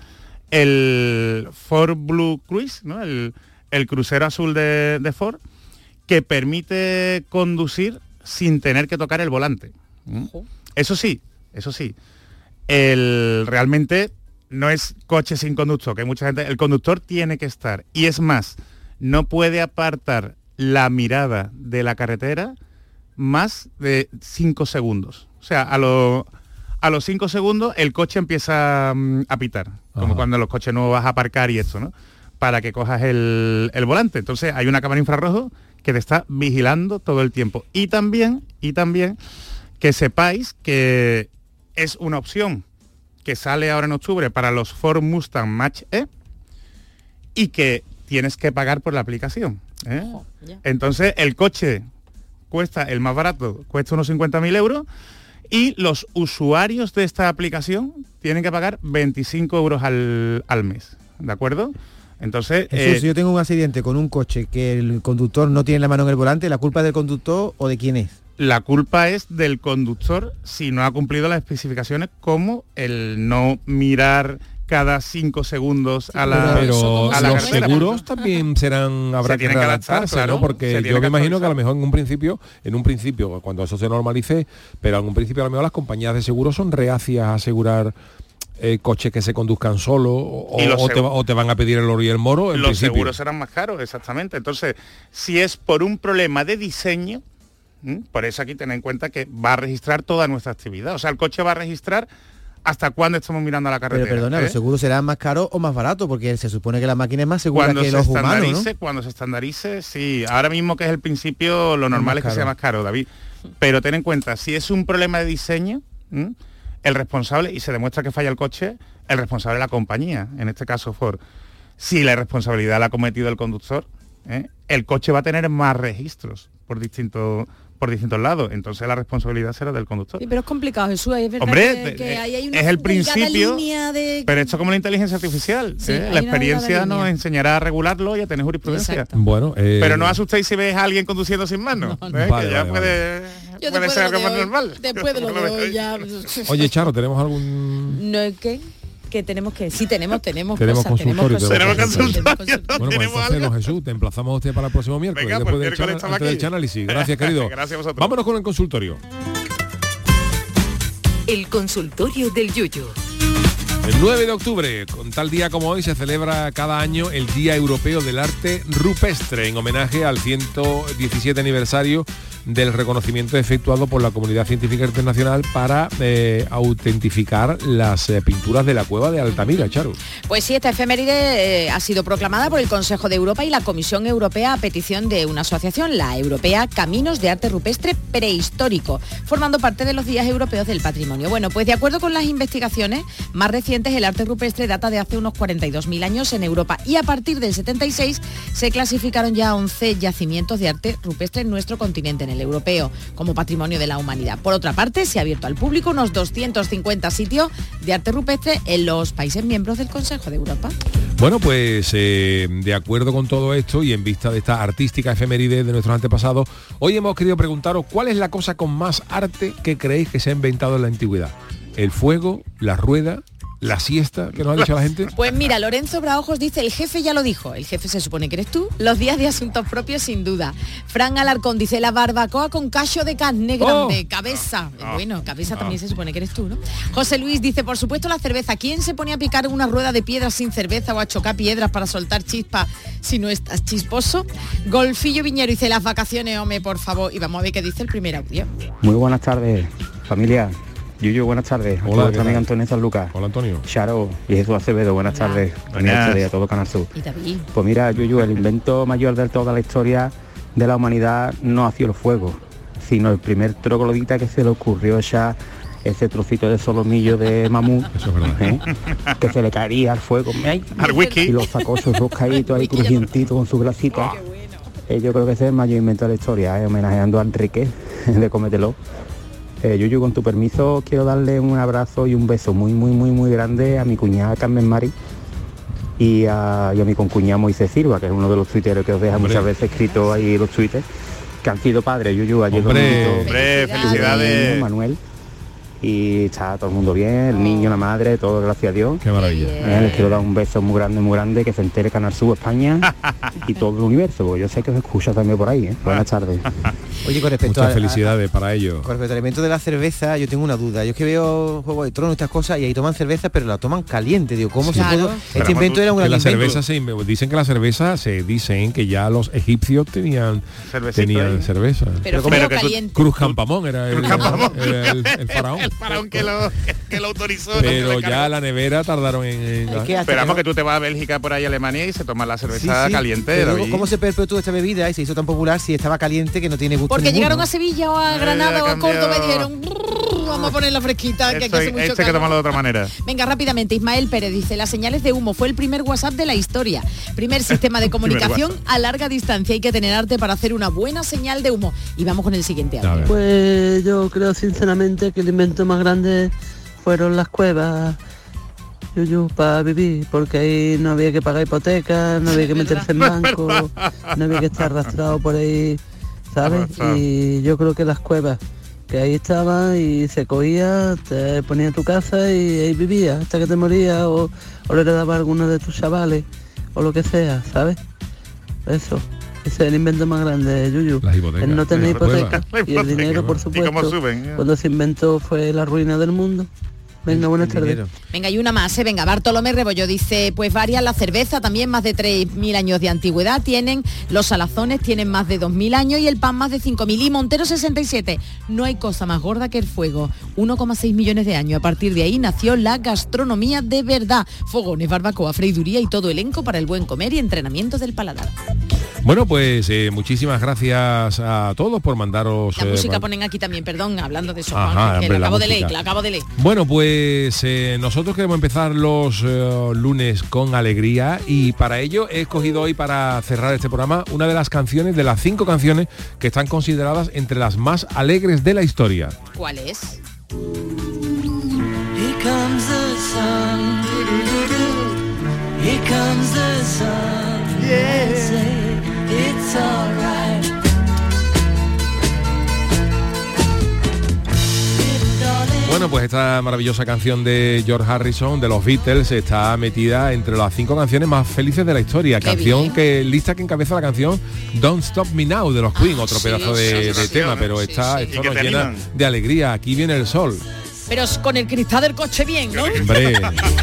el Ford Blue Cruise, ¿no? el crucero azul de Ford, que permite conducir sin tener que tocar el volante. Eso sí, realmente no es coche sin conductor, que mucha gente, el conductor tiene que estar, y es más, no puede apartar la mirada de la carretera más de 5 segundos. O sea, a los 5 segundos el coche empieza a pitar, como cuando los coches no vas a aparcar y esto, ¿no? Para que cojas el volante. Entonces hay una cámara infrarrojo que te está vigilando todo el tiempo. Y también que sepáis que es una opción que sale ahora en octubre para los Ford Mustang Mach-E y que tienes que pagar por la aplicación. Entonces el coche el más barato cuesta unos 50.000 euros y los usuarios de esta aplicación tienen que pagar 25 euros al mes, ¿de acuerdo? Entonces, si yo tengo un accidente con un coche que el conductor no tiene la mano en el volante, ¿la culpa es del conductor o de quién es? La culpa es del conductor si no ha cumplido las especificaciones, como el no mirar cada 5 segundos a la pero a la los carretera. Seguros también habrá que adaptarse, claro, ¿no? Porque yo me imagino que a lo mejor en un principio, cuando eso se normalice, pero en un principio a lo mejor las compañías de seguros son reacias a asegurar coches que se conduzcan solo o te van a pedir el oro y el moro. Los seguros serán más caros, exactamente. Entonces, si es por un problema de diseño, por eso aquí ten en cuenta que va a registrar toda nuestra actividad. O sea, el coche va a registrar hasta cuándo estamos mirando a la carretera. Pero perdona, ¿los seguros serán más caros o más baratos? Porque se supone que la máquina es más segura que los humanos, ¿no? Cuando se estandarice, sí. Ahora mismo, que es el principio, lo normal es que sea más caro, David. Pero ten en cuenta, si es un problema de diseño, el responsable, y se demuestra que falla el coche, el responsable es la compañía, en este caso Ford. Si la responsabilidad la ha cometido el conductor, el coche va a tener más registros por distintos lados, entonces la responsabilidad será del conductor. Sí, pero es complicado, Jesús, es verdad. Hombre, que hay una es el principio, de... pero esto como la inteligencia artificial, sí, la experiencia nos enseñará a regularlo y a tener jurisprudencia. Exacto. Bueno, pero no asustéis si veis a alguien conduciendo sin manos, no. Que ya puede ser algo más normal. Después de lo de hoy ya... Oye, Charo, ¿tenemos algún...? No es que tenemos que... Sí, tenemos consultorio. Tenemos consultorio. Bueno, pues entonces, don Jesús, te emplazamos a usted para el próximo miércoles. Venga, después pues miércoles estamos aquí. del análisis. Gracias, querido. Gracias a vosotros. Vámonos con el consultorio. El consultorio del Yuyu. El 9 de octubre, con tal día como hoy, se celebra cada año el Día Europeo del Arte Rupestre, en homenaje al 117 aniversario del reconocimiento efectuado por la Comunidad Científica Internacional para autentificar las pinturas de la cueva de Altamira, Charo. Pues sí, esta efeméride ha sido proclamada por el Consejo de Europa y la Comisión Europea a petición de una asociación, la Europea Caminos de Arte Rupestre Prehistórico, formando parte de los Días Europeos del Patrimonio. Bueno, pues de acuerdo con las investigaciones más recientes, el arte rupestre data de hace unos 42.000 años en Europa y a partir del 76 se clasificaron ya 11 yacimientos de arte rupestre en nuestro continente, en el europeo, como patrimonio de la humanidad. Por otra parte, se ha abierto al público unos 250 sitios de arte rupestre en los países miembros del Consejo de Europa. Bueno, pues de acuerdo con todo esto y en vista de esta artística efeméride de nuestros antepasados, hoy hemos querido preguntaros cuál es la cosa con más arte que creéis que se ha inventado en la antigüedad. ¿El fuego, la rueda, la siesta, que nos ha dicho la gente? Pues mira, Lorenzo Braojos dice, el jefe ya lo dijo, el jefe se supone que eres tú, los días de asuntos propios sin duda. Fran Alarcón dice, la barbacoa con cacho de carne grande, cabeza. Bueno, cabeza también se supone que eres tú, ¿no? José Luis dice, por supuesto la cerveza. ¿Quién se pone a picar una rueda de piedras sin cerveza o a chocar piedras para soltar chispas si no estás chisposo? Golfillo Viñero dice, las vacaciones, hombre, por favor. Y vamos a ver qué dice el primer audio. Muy buenas tardes, familia. Yuyu, buenas tardes. Hola, también Antonio San Lucas. Hola, Antonio. Charo y Jesús Acevedo, buenas tardes. Buenas tardes a todo Canal Sur. Y David. Pues mira, Yuyu, el invento mayor de toda la historia de la humanidad no ha sido el fuego, sino el primer troglodita que se le ocurrió echar ese trocito de solomillo de mamut, que se le caería al fuego, al whisky, y lo sacó sus roscaditos ahí crujientitos con su grasita. Yo creo que ese es el mayor invento de la historia, homenajeando a Enrique de Cómetelo. Yuyu, con tu permiso, quiero darle un abrazo y un beso muy grande a mi cuñada Carmen Mari y a mi concuñado Moisés Silva, que es uno de los tuiteros que os deja muchas veces escrito ahí los tuites, que han sido padres, Yuyu. Ayer hombre, felicidades. Manuel. Y está todo el mundo bien, el niño, la madre, todo, gracias a Dios. Qué maravilla. Les quiero dar un beso muy grande, que se entere Canal Sur España y todo el universo, porque yo sé que os escucha también por ahí. Buenas tardes. Oye, con respecto muchas felicidades para ellos. Con respecto al elemento de la cerveza, yo tengo una duda. Yo es que veo Juego de Tronos, estas cosas, y ahí toman cerveza, pero la toman caliente. Digo, ¿cómo se pudo? Este invento era un gran invento. Dicen que la cerveza, dicen que ya los egipcios tenían cerveza. Pero caliente. Cruz Campamón era el faraón. El faraón que lo autorizó. Pero ya la nevera tardaron en esperamos que tú te vas a Bélgica, por ahí a Alemania, y se toma la cerveza caliente. Pero ¿cómo se perpetuó esta bebida y se hizo tan popular si estaba caliente que no tiene gusto? Porque ninguno. Llegaron a Sevilla o a Granada o a Córdoba y dijeron, vamos a ponerla fresquita, que aquí hace mucho calor. Hay que tomarlo de otra manera. Venga, rápidamente, Ismael Pérez dice, las señales de humo fue el primer WhatsApp de la historia. Primer sistema de comunicación a larga distancia. Hay que tener arte para hacer una buena señal de humo. Y vamos con el siguiente audio. Pues yo creo sinceramente que el invento más grande fueron las cuevas, Yuyu, para vivir, porque ahí no había que pagar hipoteca, no había que meterse en banco, no había que estar arrastrado por ahí, ¿sabes? Y yo creo que las cuevas, que ahí estaba y se cogía, te ponía en tu casa y ahí vivía hasta que te moría o le heredaba a alguno de tus chavales o lo que sea, ¿sabes? Eso. Ese es el invento más grande, Yuyu. El no tener hipoteca. Y el dinero, por supuesto. Cuando se inventó fue la ruina del mundo. Venga, buenas tardes. Venga, y una más, venga, Bartolomé Rebollo dice, pues varias, la cerveza también más de 3.000 años de antigüedad tienen, los salazones tienen más de 2.000 años y el pan más de 5.000. Y Montero 67, no hay cosa más gorda que el fuego, 1,6 millones de años. A partir de ahí nació la gastronomía de verdad, fogones, barbacoa, freiduría y todo elenco para el buen comer y entrenamiento del paladar. Bueno, pues muchísimas gracias a todos por mandaros... La música ponen aquí también, perdón, hablando de eso, Juan, que la acabo de leer. Bueno, pues nosotros queremos empezar los lunes con alegría y para ello he escogido hoy, para cerrar este programa, una de las canciones, de las 5 canciones que están consideradas entre las más alegres de la historia. ¿Cuál es? Here comes the sun, here comes the sun, yeah. It's all right. Bueno, pues esta maravillosa canción de George Harrison, de los Beatles, está metida entre las 5 canciones más felices de la historia. Lista que encabeza la canción Don't Stop Me Now de los Queen, otro pedazo de tema, pero esto nos llena de alegría. Aquí viene el sol. Pero con el cristal del coche bien, ¿no? Hombre.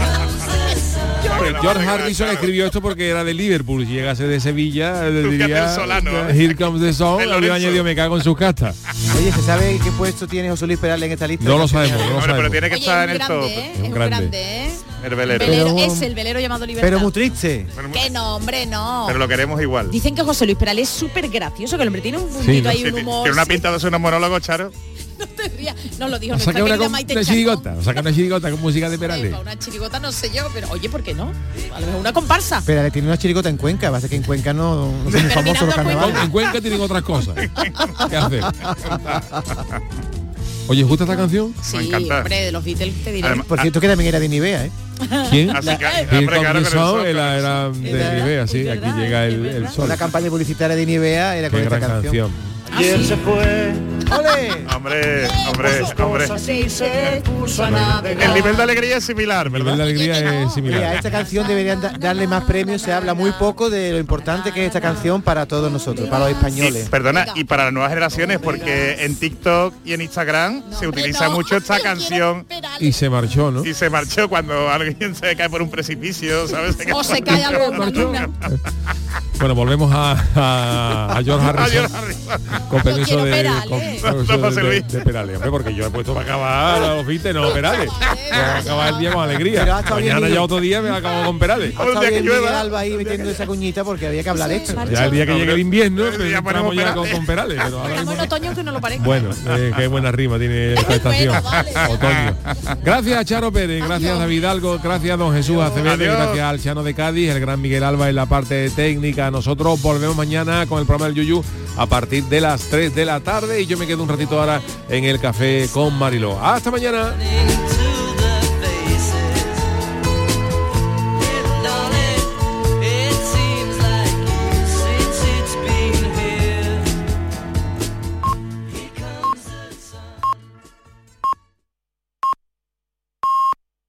George Harrison escribió esto porque era de Liverpool. Si llegase de Sevilla, diría Here Comes the Sun, habría añadido me cago en sus castas. Oye, ¿se sabe qué puesto tiene José Luis Perales en esta lista? No lo sabemos, no lo sabemos. Pero tiene que estar en el top. Es un grande, ¿eh? El velero. Es el velero llamado Libertad. Pero muy triste. Que no, hombre, no. Pero lo queremos igual. Dicen que José Luis Perales es súper gracioso, que el hombre tiene un puntito ahí, un humor. Tiene una pinta de hacer unos monólogos, Charo. No te rías. No lo dijo nuestra querida Maite Chacón. Saca una chirigota con música de Perales. Una chirigota no sé yo, pero oye, ¿por qué no? A lo mejor una comparsa. Perales tiene una chirigota en Cuenca, va a ser que en Cuenca no son muy famosos los carnavales. En Cuenca tienen otras cosas. ¿Qué hacer? Oye, ¿os gusta esta canción? Sí, hombre, de los Beatles te diré. Por cierto que también era de Nivea, ¿eh? ¿Quién? Así que era de Nivea, sí. Aquí llega el sol. La campaña publicitaria de Nivea era con esta canción. Ayer se fue. ¡Ole! Hombre. El nivel de alegría es similar, ¿verdad? El nivel de alegría es similar. A esta canción deberían darle más premios. Se habla muy poco de lo importante que es esta canción para todos nosotros, para los españoles. Perdona, y para las nuevas generaciones, porque en TikTok y en Instagram se utiliza mucho esta canción. Y se marchó, ¿no? Y se marchó cuando alguien se cae por un precipicio, ¿sabes? O se cae algo en la luna. Bueno, volvemos a George Harrison. Con permiso de Perales, hombre, porque yo he puesto para acabar a los 20, no Perales. Voy a acabar el día con alegría. Mañana ya otro día me acabo con Perales. Un día que llueva. Alba ahí metiendo esa cuñita porque había que hablar de esto. Ya el día que llegue el invierno, empezamos ya con Perales. Pero ahora mismo... otoño que no lo parezca. Bueno, qué buena rima tiene esta estación. Otoño. Gracias, Charo Pérez, gracias, David Hidalgo, gracias, don Jesús Acevedo, gracias al Chano de Cádiz, el gran Miguel Alba en la parte técnica. Nosotros volvemos mañana con el programa del Yuyu a partir de las 3 de la tarde y yo me quedo un ratito ahora en el café con Mariló. Hasta mañana.